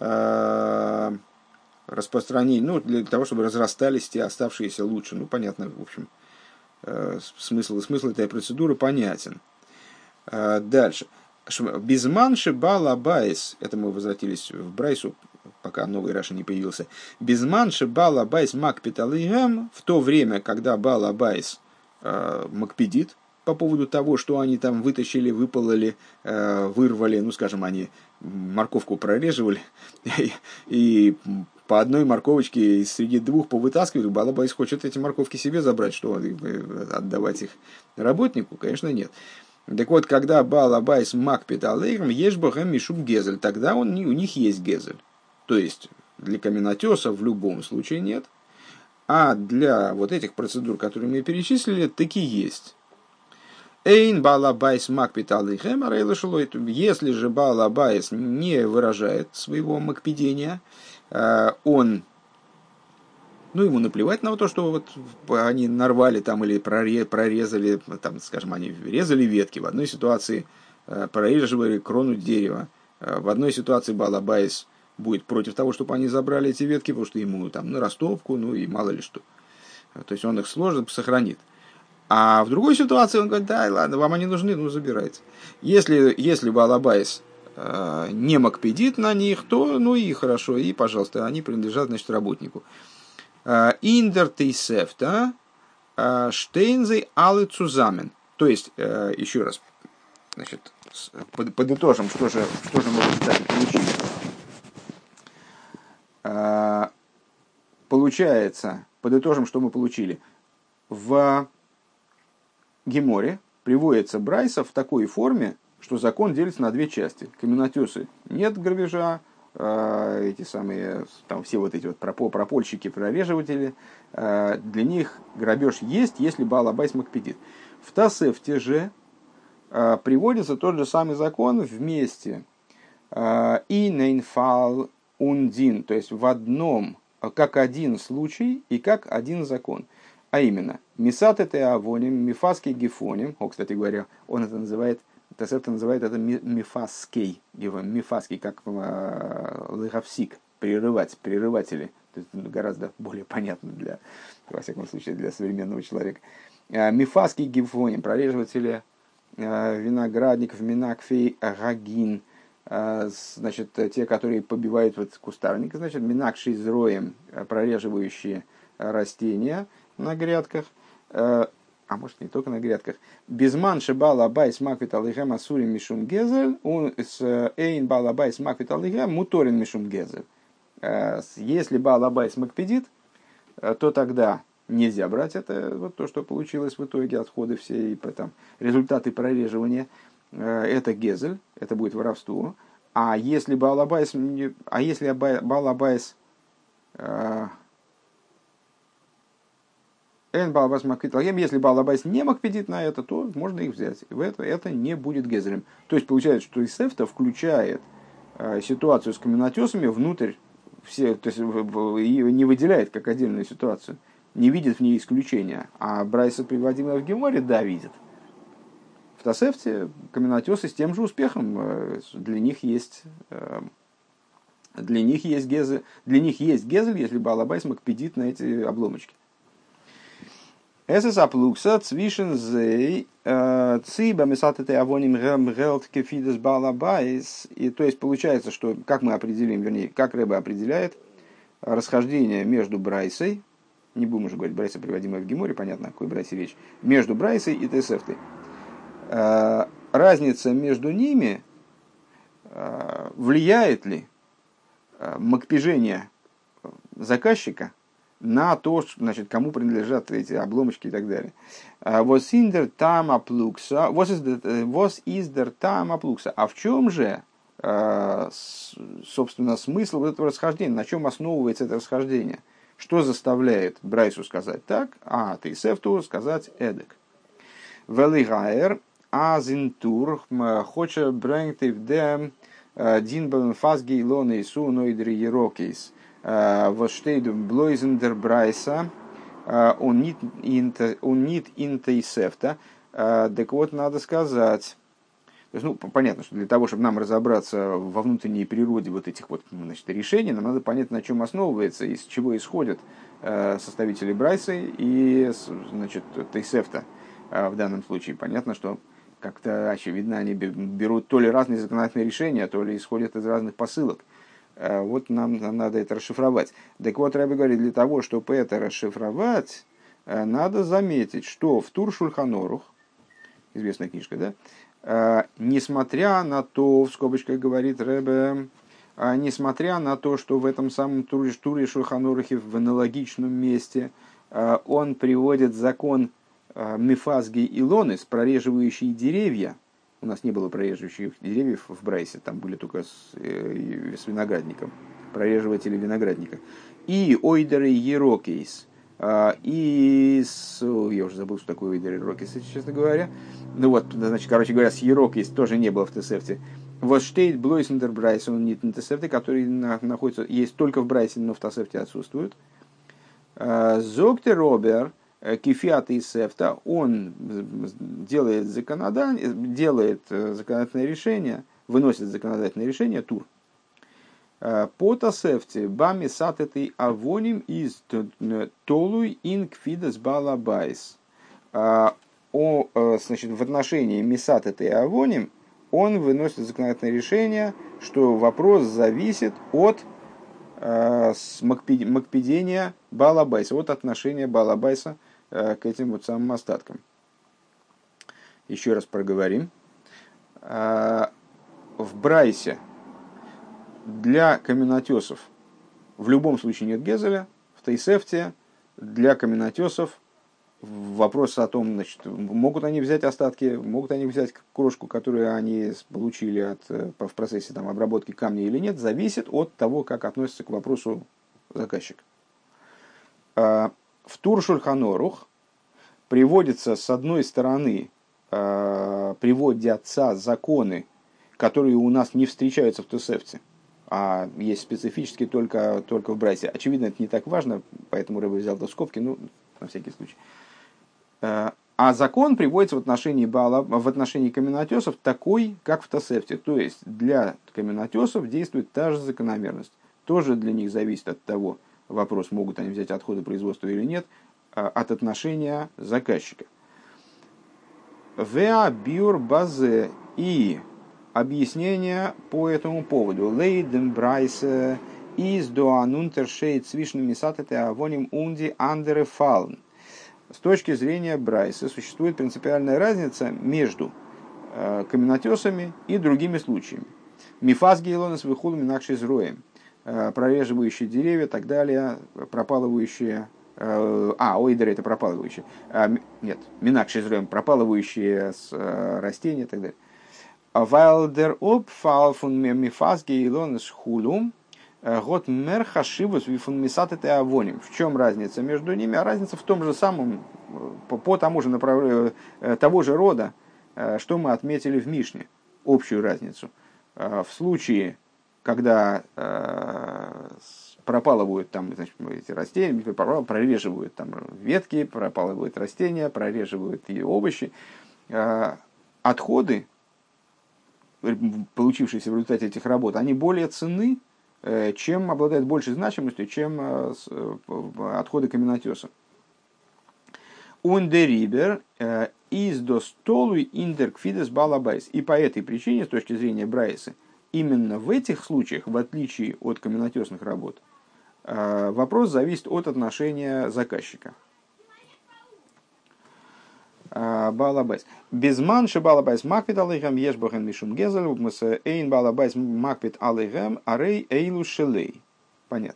распространения, ну, для того, чтобы разрастались те оставшиеся лучше. Ну, понятно, в общем, смысл этой процедуры понятен. Дальше. Безманши бала байс, это мы возвратились в Брайсу, пока новый Раши не появился. Безманши бала байс макпиталыгам, в то время, когда бала байс макпедит, по поводу того, что они там вытащили, выпололи, вырвали, ну, скажем, они морковку прореживали, и по одной морковочке среди двух повытаскивают, бала байс хочет эти морковки себе забрать, что отдавать их работнику? Конечно, нет. Так вот, когда Баал Абайс Макпит Алейрам, Ешбахэм Мишум Гезель, тогда у них есть Гезель. То есть, для каменотеса в любом случае нет, а для вот этих процедур, которые мы перечислили, таки есть. Эйн Баал Абайс Макпит Алейрам, если же Баал Абайс не выражает своего макпидения, он... Ну, ему наплевать на то, что вот они нарвали там или прорезали, там, скажем, они резали ветки. В одной ситуации прореживали крону дерева. В одной ситуации Баал Абайс будет против того, чтобы они забрали эти ветки, потому что ему там на ростовку, ну и мало ли что. То есть он их сложно сохранит. А в другой ситуации он говорит: да, ладно, вам они нужны, ну забирайте. Если Баал Абайс не макпедит на них, то ну и хорошо, и пожалуйста, они принадлежат, значит, работнику. Индер тейсефта штейнзей алы цузамен. То есть, еще раз, значит, подытожим, что же мы в результате получили. Получается, подытожим, что мы получили. В Геморе приводится Брайса в такой форме, что закон делится на две части. Каменотесы нет грабежа, эти самые, там все вот эти вот пропольщики, прореживатели, для них грабеж есть, если Баал Абайс макпедит. В Тосефте же приводится тот же самый закон вместе. И нейнфал ундин, то есть в одном, как один случай и как один закон. А именно, мисат это авоним, мифаский гефоним, кстати говоря, он это называет, Тосефта называет это мифаский, как лыхавсик, прерыватели. То есть гораздо более понятно для, во всяком случае, для современного человека. Мифаский гефоним, прореживатели виноградников, минакфей гагин, значит, те, которые побивают вот кустарник, значит, минакший зроем, прореживающие растения на грядках. а может не только на грядках, безман шебала байс маквит алыгем асурим мишум гезель, он с эйн бала байс маквит алыгем муторин мишум гезель. Если бала байс макпедит, то тогда нельзя брать это, вот то, что получилось в итоге, отходы все и там, результаты прореживания. Это гезель, это будет воровство. А если балабайс, если балабайс если балабайс не макпедит на это, то можно их взять. Это не будет гезелем. То есть получается, что Исефта включает ситуацию с каменотесами внутрь все, то есть не выделяет как отдельную ситуацию, не видит в ней исключения. А Брайса, приводимая в Геморе, да, видит. В Тосефте каменотесы с тем же успехом. Для них есть гезель, если балабайс макпедит на эти обломочки. Эсэс аплукса цвишен зей циба месатете авоним гелт кефидес балабайс. И то есть получается, что как мы определим, вернее, как Ребе определяет расхождение между Брайсой, не будем уже говорить Брайса, приводимая в Геморе, понятно, о какой Брайсе речь, между Брайсой и Тесефтой. Разница между ними влияет ли макпежение заказчика на то, значит, кому принадлежат эти обломочки и так далее. Was is der Tam apluksa? А в чем же, собственно, смысл вот этого расхождения? На чем основывается это расхождение? Что заставляет Брайсу сказать так, а Тейсефту сказать эдек? Велигайер азинтур хоча брэнгтив дем динбен фазги лоны ису нойдри ерокейс. Вот штейду блойзендер Брайса, он нит интейсефта. Так вот, надо сказать, то есть, понятно, что для того, чтобы нам разобраться во внутренней природе вот этих вот, значит, решений, нам надо понять, на чем основывается, из чего исходят составители Брайса и, значит, Тейсефта в данном случае. Понятно, что как-то очевидно они берут то ли разные законодательные решения, то ли исходят из разных посылок. Вот нам надо это расшифровать. Так вот, Ребе говорит, для того, чтобы это расшифровать, надо заметить, что в Тур Шульхан Орух, известная книжка, да, несмотря на то, в скобочках говорит Ребе, несмотря на то, что в этом самом Туре Шульхан Орухе в аналогичном месте он приводит закон Мифазги и Лонес, прореживающие деревья. У нас не было прореживающих деревьев в Брайсе, там были только с виноградником, прореживатели виноградника. И ойдеры ерокейс, и я уже забыл, что такое ойдеры ерокейс, честно говоря. Ну вот, значит, короче говоря, с ерокейс тоже не было в Тесефте. Вот штейт блойсендер Брайс, он не на Тесефте, который находится, есть только в Брайсе, но в Тесефте отсутствует. Зогте Робер, Кефиат и Сефта, он делает законодательное решение, выносит законодательное решение Тур. По Тосефте бами сатетой авоним из толуй инкфидес балабайс. Значит, в отношении мисатетой авоним он выносит законодательное решение, что вопрос зависит от макпедения балабайса, от отношения балабайса к этим вот самым остаткам. Еще раз проговорим. В Брайсе для каменотесов в любом случае нет гезеля, в Тейсефте для каменотесов вопрос о том, значит, могут они взять остатки, могут они взять крошку, которую они получили в процессе там, обработки камня или нет, зависит от того, как относится к вопросу заказчик. В Тур Шульхан Орух приводится, с одной стороны, приводятся законы, которые у нас не встречаются в Тосефте, а есть специфически только в Брайсе. Очевидно, это не так важно, поэтому Ребе взял это в скобки, ну, на всякий случай. А закон приводится в отношении каменотесов такой, как в Тосефте. То есть для каменотесов действует та же закономерность. Тоже для них зависит от того, вопрос, могут они взять отходы производства или нет, от отношения заказчика. Веа биур базе и объяснение по этому поводу. Лейден брайсе из доанунтершейд свишн мисатете авоним унди андере фалн. С точки зрения Брайса существует принципиальная разница между каменотесами и другими случаями. Мифаз гейлонес выхул минакши зроем, прореживающие деревья и так далее, пропалывающие, ойдер это пропалывающие, нет, минакши зроем, пропалывающие растения и так далее. Вайлдер обфал фун мифаз гейлонес хулум, год мер хашивус вифун мисат это авоним. В чем разница между ними? А разница в том же самом, по тому же направлению, того же рода, что мы отметили в Мишне, общую разницу. В случае, когда пропалывают там, значит, эти растения, прореживают там ветки, пропалывают растения, прореживают и овощи, отходы, получившиеся в результате этих работ, они более ценны, чем обладают большей значимостью, чем отходы каменотеса. Ундерибер из достолу индеркфидес балабайс. И по этой причине, с точки зрения Брайса, именно в этих случаях, в отличие от каменотесных работ, вопрос зависит от отношения заказчика. Балабайс. Без манши балабайс макпит алейхам ешбахен мишум гезель, эйн балабайс макпит алейхам арей эйлу шелей. Понятно.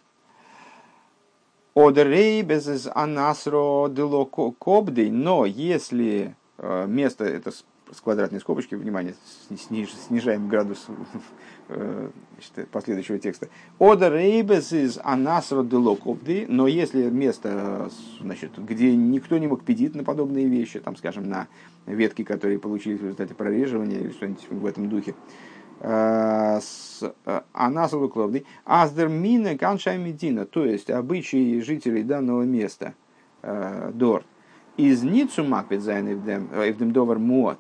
Одерей без анасро дело кобдей, но если место, это с квадратной скобочки, внимание, снижаем градус последующего текста. Одерей без анасро дело кобдей, но если место, значит, где никто не мог педить на подобные вещи, там, скажем, на ветки, которые получились в результате прореживания или что-нибудь в этом духе, анасру кловды, аздер мина каншай медина, то есть обычаи жителей данного места, дор, из ницу макпет зайн эвдем довар муат.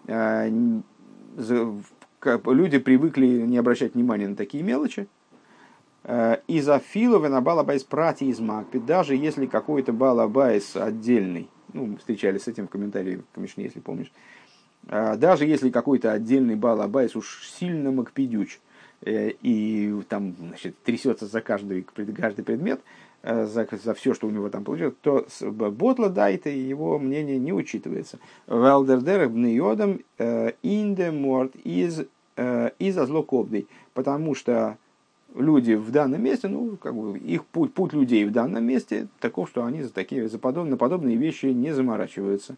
Люди привыкли не обращать внимания на такие мелочи. Из афилова на балабайс прати из макпет, даже если какой-то балабайс отдельный, ну, мы встречались с этим в комментарии в Мишне, если помнишь, даже если какой-то отдельный балабайс уж сильно макпидюч и там, значит, трясется за каждый предмет, за все, что у него там получилось, то ботла дайта его мнение не учитывается. Валдердер бнеодам инде морд из азлокобдей, потому что люди в данном месте, ну, как бы их путь людей в данном месте таков, что они на подобные вещи не заморачиваются,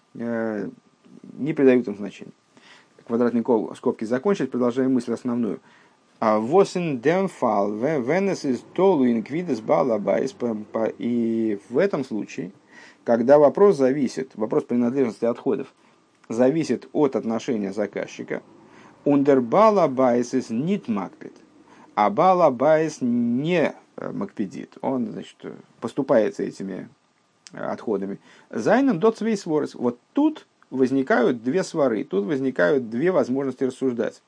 не придают им значения. Квадратные скобки закончить, продолжаем мысль основную. Восин демфал венес из толу инквидес балабайс. И в этом случае, когда вопрос принадлежности отходов зависит от отношения заказчика, ундер балабайс из нит макпит, а балабайс не макпедит, он, значит, поступается этими отходами. Зайном дот свей сворос. Вот тут возникают две свары, тут возникают две возможности рассуждать.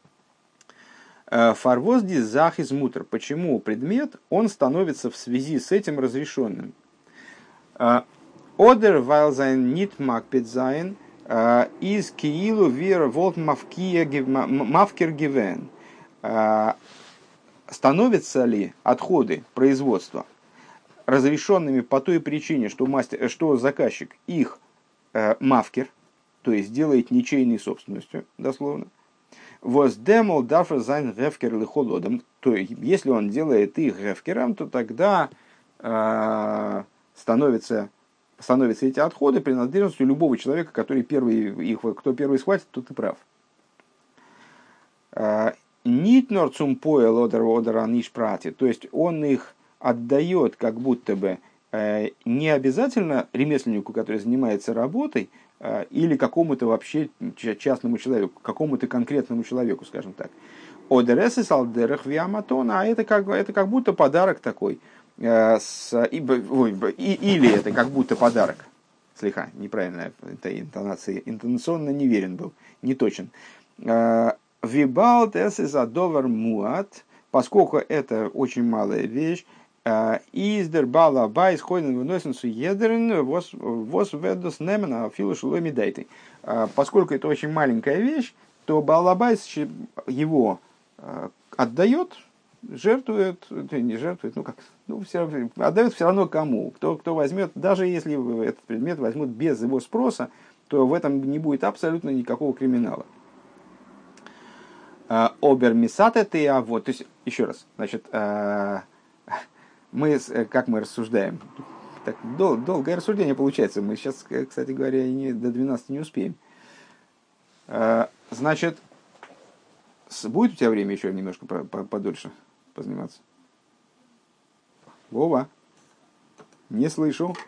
Фарвоз дизах из мутр. Почему предмет, он становится в связи с этим разрешенным? Одер вайлзайн нит макпедзайн из киилу вер волт мавкер гивен. Становятся ли отходы производства разрешенными по той причине, что заказчик их мавкер, то есть делает ничейной собственностью, дословно. Воздемол дафер зайн гефкер или холодом. То есть, если он делает их гефкером, то тогда становятся эти отходы принадлежностью любого человека, кто первый схватит, тот и прав. Нитнор цум поэл одер аниш прати. То есть, он их отдает как будто бы не обязательно ремесленнику, который занимается работой, или какому-то вообще частному человеку, какому-то конкретному человеку, скажем так. Одерес из алдерах виаматона, а это как будто подарок такой. Или это как будто подарок. Слегка, неправильно, это интонационно неверен был, не точен. Вибалт эс из адовар муат, поскольку это очень малая вещь, издер бала байс ходен выносен су едерен вос ведос немена филушуломи дайты. Поскольку это очень маленькая вещь, то балабайс его отдает жертвует, не жертвует, отдает все равно кому. Кто возьмет, даже если этот предмет возьмут без его спроса, то в этом не будет абсолютно никакого криминала. Обермисат это вот, то есть, еще раз, значит, как мы рассуждаем? Так, долгое рассуждение получается. Мы сейчас, кстати говоря, до 12 не успеем. Значит, будет у тебя время еще немножко подольше позаниматься? Вова? Не слышу.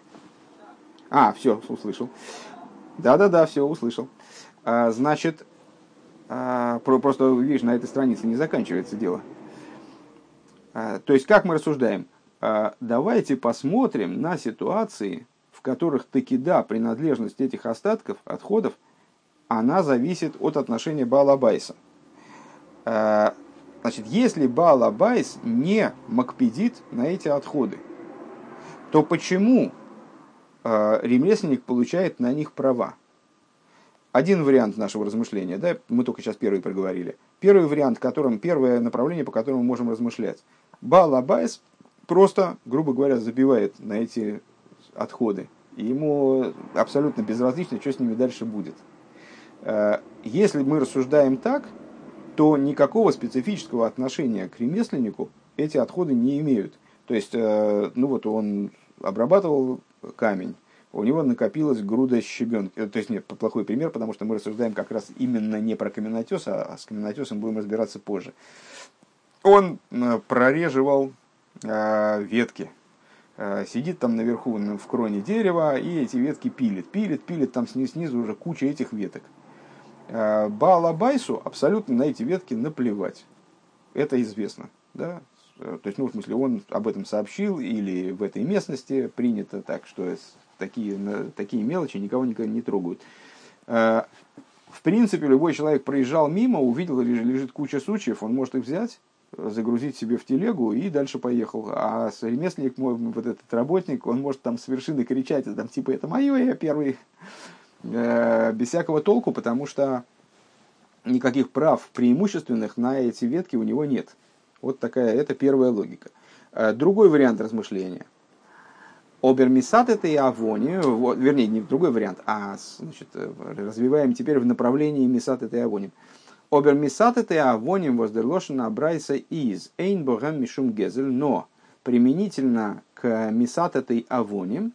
Все, услышал. Да, все, услышал. Значит, просто, видишь, на этой странице не заканчивается дело. То есть, как мы рассуждаем? Давайте посмотрим на ситуации, в которых таки да, принадлежность этих остатков, отходов, она зависит от отношения Баала Байса. Значит, если Баал Байс не макпедит на эти отходы, то почему ремесленник получает на них права? Один вариант нашего размышления, да, мы только сейчас первый проговорили. Первый вариант, первое направление, по которому мы можем размышлять. Баал Байс просто, грубо говоря, забивает на эти отходы. И ему абсолютно безразлично, что с ними дальше будет. Если мы рассуждаем так, то никакого специфического отношения к ремесленнику эти отходы не имеют. То есть, он обрабатывал камень, у него накопилась груда щебенки. То есть, нет, плохой пример, потому что мы рассуждаем как раз именно не про каменотес, а с каменотесом будем разбираться позже. Он прореживал ветки, сидит там наверху в кроне дерева и эти ветки пилит, там снизу уже куча этих веток. Баал Байсу абсолютно на эти ветки наплевать. Это известно. Да? То есть, в смысле, он об этом сообщил, или в этой местности принято так, что такие мелочи никого не трогают. В принципе, любой человек проезжал мимо, увидел, лежит куча сучьев, он может их взять, загрузить себе в телегу и дальше поехал. А ремесленник, вот этот работник, он может там с вершины кричать, там, типа, это мое, я первый, без всякого толку, потому что никаких прав преимущественных на эти ветки у него нет. Вот такая, это первая логика. Другой вариант размышления. Обермисат это и авони, вернее, не другой вариант, развиваем теперь в направлении мисат это и авони. Обермисат это и авони воздерлошена брайса из эйн богам мишум гезель, но применительно к мисат это и авони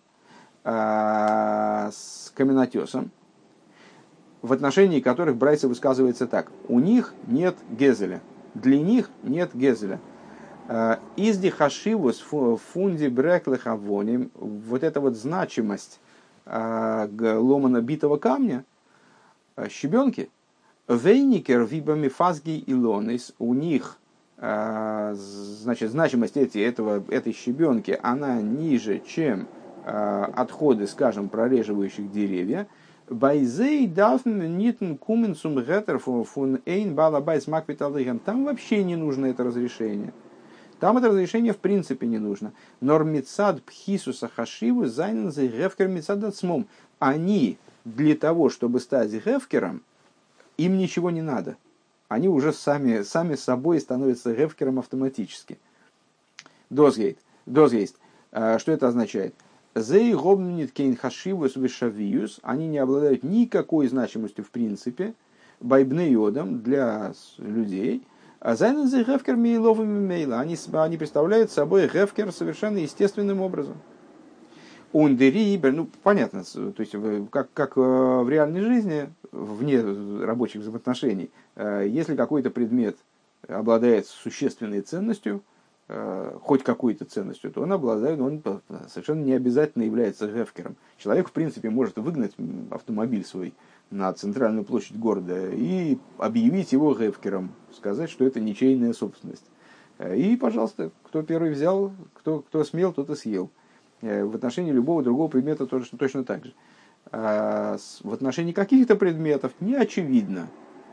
с каменотесом, в отношении которых брайса высказывается так: у них нет гезеля, для них нет гезеля. Изди хашивус фунди бреклых авоним, вот эта вот значимость ломано битого камня, щебенки, вейникер вибами фазги илонис, у них, значит, значимость этой щебенки, она ниже, чем отходы, скажем, прореживающих деревья. Байзей дафн нитн куменсум гетер фун эйн балабайс маквиталыган. Там вообще не нужно это разрешение. Там это разрешение в принципе не нужно. Нормицад пхисуса хашиву зайнензе гефкер мицад ацмом. Они для того, чтобы стать гефкером, им ничего не надо. Они уже сами собой становятся гефкером автоматически. Дозгейст. Что это означает? Зей гобнит кейн хашивус вишавиус. Они не обладают никакой значимостью в принципе. Байбне йодом для людей. А зайнензе гефкер мейловыми мейла. Они представляют собой гефкер совершенно естественным образом. Ундерибер, понятно, то есть как в реальной жизни, вне рабочих взаимоотношений, если какой-то предмет обладает существенной ценностью, хоть какой-то ценностью, то он совершенно не обязательно является гефкером. Человек, в принципе, может выгнать автомобиль свой на центральную площадь города и объявить его гефкером, сказать, что это ничейная собственность. И, пожалуйста, кто первый взял, кто смел, тот и съел. В отношении любого другого предмета точно так же. В отношении каких-то предметов не очевидно.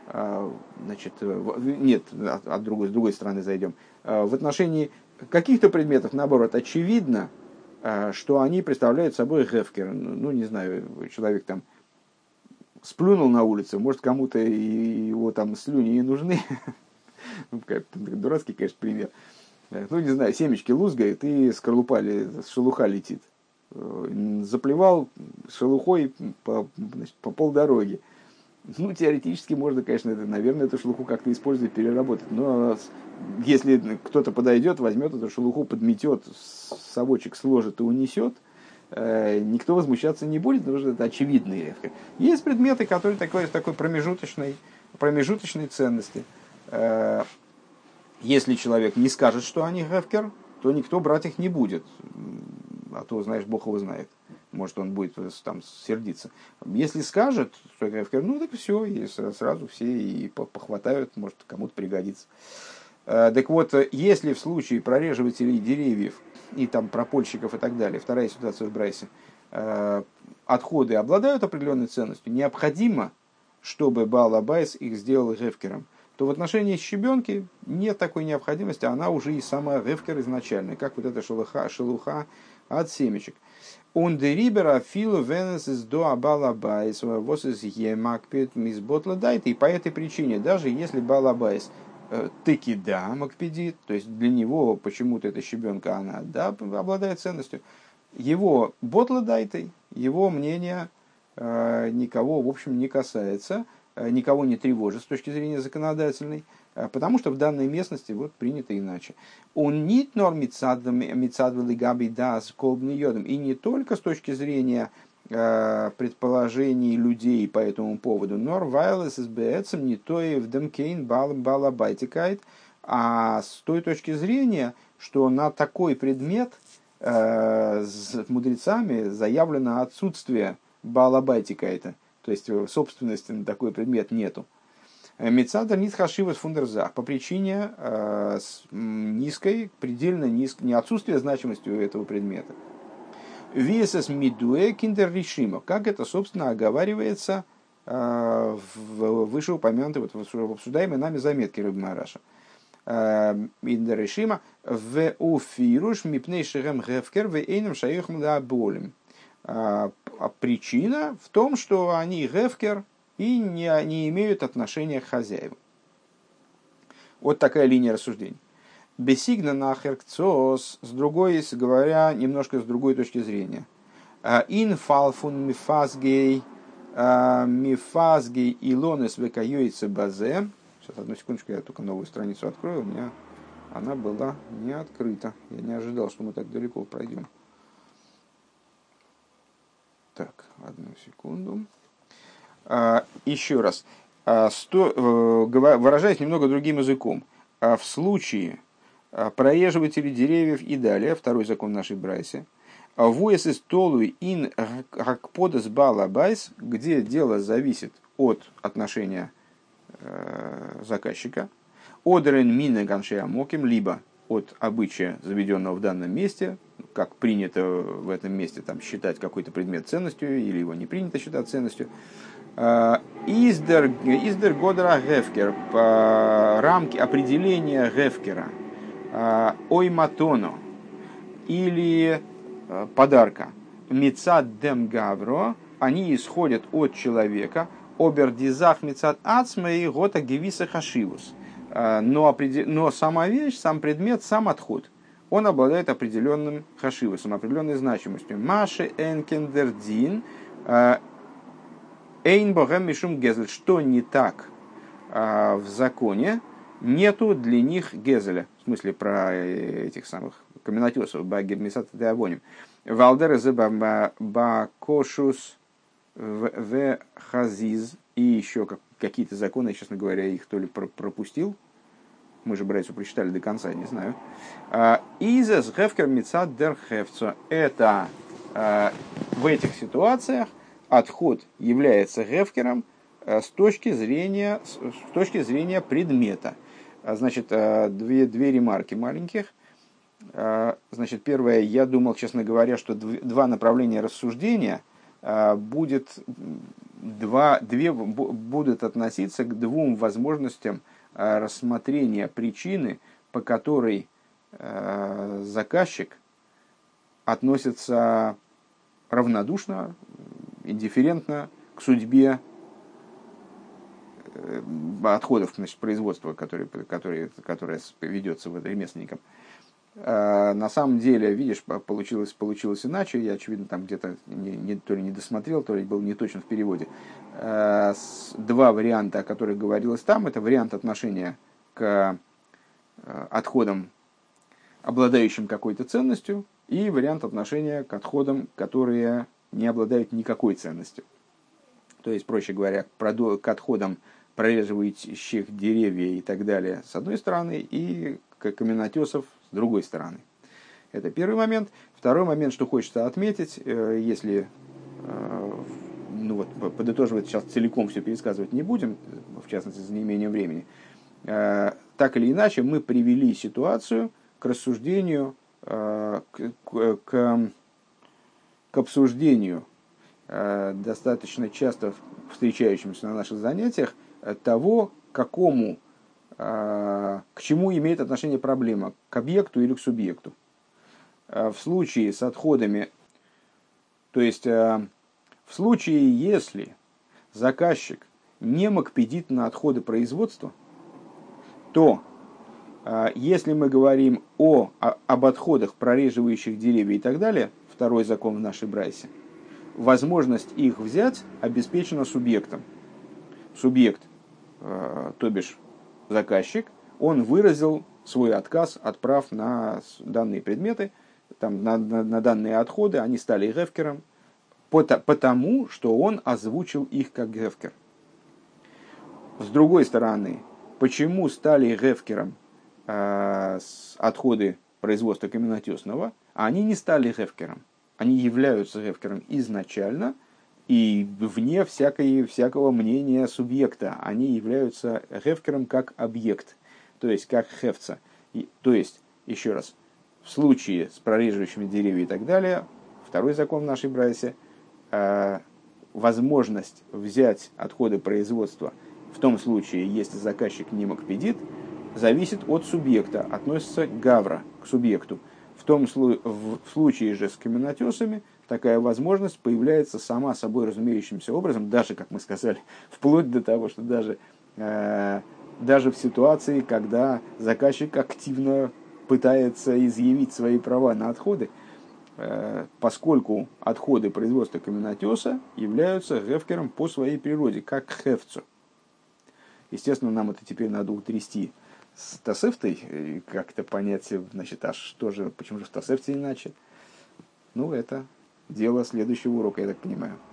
Нет, с другой стороны зайдем. В отношении каких-то предметов, наоборот, очевидно, что они представляют собой гефкер. Не знаю, человек там сплюнул на улице, может, кому-то его там слюни и нужны. Дурацкий, конечно, пример. Ну, не знаю, семечки лузгает и шелуха летит. Заплевал шелухой по полдороги. Ну, теоретически можно, конечно, наверное, эту шелуху как-то использовать, переработать. Но если кто-то подойдет, возьмет эту шелуху, подметет, совочек сложит и унесет, никто возмущаться не будет, потому что это очевидные. Есть предметы, которые такой промежуточной ценности. Если человек не скажет, что они гефкер, то никто брать их не будет. А то, знаешь, Бог его знает. Может, он будет там сердиться. Если скажет, что гефкер, ну так все, и сразу все и похватают, может, кому-то пригодится. Так вот, если в случае прореживателей деревьев и там пропольщиков и так далее, вторая ситуация в Брайсе, отходы обладают определенной ценностью, необходимо, чтобы Баал Абайс их сделал гефкером, то в отношении щебенки нет такой необходимости, она уже и сама гефкер изначально, как вот эта шелуха от семечек. Он дерибера филу венес из до Баал Абайс, вос из емакпит мизботла дайт, и по этой причине, даже если Баал Абайс таки да, макпедит, то есть для него почему-то эта щебенка, она да, обладает ценностью, его ботладайтой, его мнение никого, в общем, не касается, никого не тревожит с точки зрения законодательной, потому что в данной местности вот принято иначе. Он нит нор мицадвали габи дас колбни йодом, и не только с точки зрения предположений людей по этому поводу, нор вайлес с бээцем не то и в демкейн балабайтикайт, а с той точки зрения, что на такой предмет с мудрецами заявлено отсутствие балабайтикайта, то есть собственности на такой предмет нету. Мецадр нит хашивас фундерзах по причине низкой, предельно низкой, не отсутствия значимости у этого предмета. Весес мидуэ киндер решимо, как это, собственно, оговаривается в вышеупомянутой, вот, в обсуждаемой нами заметке Ребе Мараша. Киндер решимо в уфируш мипней шерем гефкер в эйном шаюхм да болем. Причина в том, что они гефкер и не имеют отношения к хозяевам. Вот такая линия рассуждений. Бесигна нахеркцос, с другой, говоря, немножко с другой точки зрения. Инфалфун мифазгей илонес векайойце базе. Сейчас, одну секундочку, я только новую страницу открою. У меня она была не открыта. Я не ожидал, что мы так далеко пройдем. Так, одну секунду. Еще раз. Выражаясь немного другим языком. В случае проезживателей деревьев и далее, второй закон нашей Брайсе, вуэс из толуй ин гакподес балабайс, где дело зависит от отношения заказчика, одерен мина ганшея моким, либо от обычая, заведенного в данном месте, как принято в этом месте там, считать какой-то предмет ценностью, или его не принято считать ценностью. Издер годера гефкер, по рамке определения гефкера, ойматоно или подарка, мицад дем гавро, они исходят от человека, обердизах мицад ацмей гота гевиса хашивус. Но сама вещь, сам предмет, сам отход, он обладает определенным хашивусом, определенной значимостью. Маши энкендердин эйн богем мишум гезель. Что не так в законе, нету для них гезеля. В смысле про этих самых каменотесов, багермисат и авоним. Валдер зе бакошус в хазиз. И еще какие-то законы, я, честно говоря, их то ли пропустил. Мы же, братья, прочитали до конца, не знаю. Изес гефкер мицад дер хефцо. Это в этих ситуациях отход является гефкером с точки зрения предмета. Значит, две ремарки маленьких. Значит, первое, я думал, честно говоря, что два направления рассуждения будут относиться к двум возможностям рассмотрения причины, по которой заказчик относится равнодушно, индифферентно к судьбе отходов, значит, производства, которое ведется ремесленником. На самом деле, видишь, получилось иначе. Я, очевидно, там где-то то ли не досмотрел, то ли был не точно в переводе. Два варианта, о которых говорилось там, это вариант отношения к отходам, обладающим какой-то ценностью, и вариант отношения к отходам, которые не обладают никакой ценностью. То есть, проще говоря, к отходам прореживающих деревья и так далее с одной стороны, и к каменотесов с другой стороны. Это первый момент. Второй момент, что хочется отметить, если подытоживать сейчас целиком все пересказывать не будем, в частности, за неимением времени, так или иначе мы привели ситуацию к рассуждению, к обсуждению достаточно часто встречающимся на наших занятиях того, к чему имеет отношение проблема, к объекту или к субъекту. В случае с отходами, то есть в случае, если заказчик не макпедит на отходы производства, то если мы говорим об отходах, прореживающих деревья и так далее, второй закон в нашей брайсе, возможность их взять обеспечена субъектом. Субъект, то бишь заказчик, он выразил свой отказ от прав на данные предметы, там, на данные отходы, они стали гефкером, потому что он озвучил их как гефкер. С другой стороны, почему стали гефкером отходы производства каменотесного, а они не стали гефкером? Они являются гефкером изначально и вне всякого мнения субъекта. Они являются гефкером как объект, то есть как хефца. То есть, еще раз, в случае с прореживающими деревья и так далее, второй закон в нашей брайсе, возможность взять отходы производства в том случае, если заказчик не макпедит, зависит от субъекта, относится гавра к субъекту. В случае же с каменотесами такая возможность появляется сама собой разумеющимся образом, даже, как мы сказали, вплоть до того, что даже в ситуации, когда заказчик активно пытается изъявить свои права на отходы, поскольку отходы производства каменотеса являются гефкером по своей природе, как хефцу. Естественно, нам это теперь надо утрясти с Тосефтой, и как-то понять, значит, почему же в Тосефте иначе? Это дело следующего урока, я так понимаю.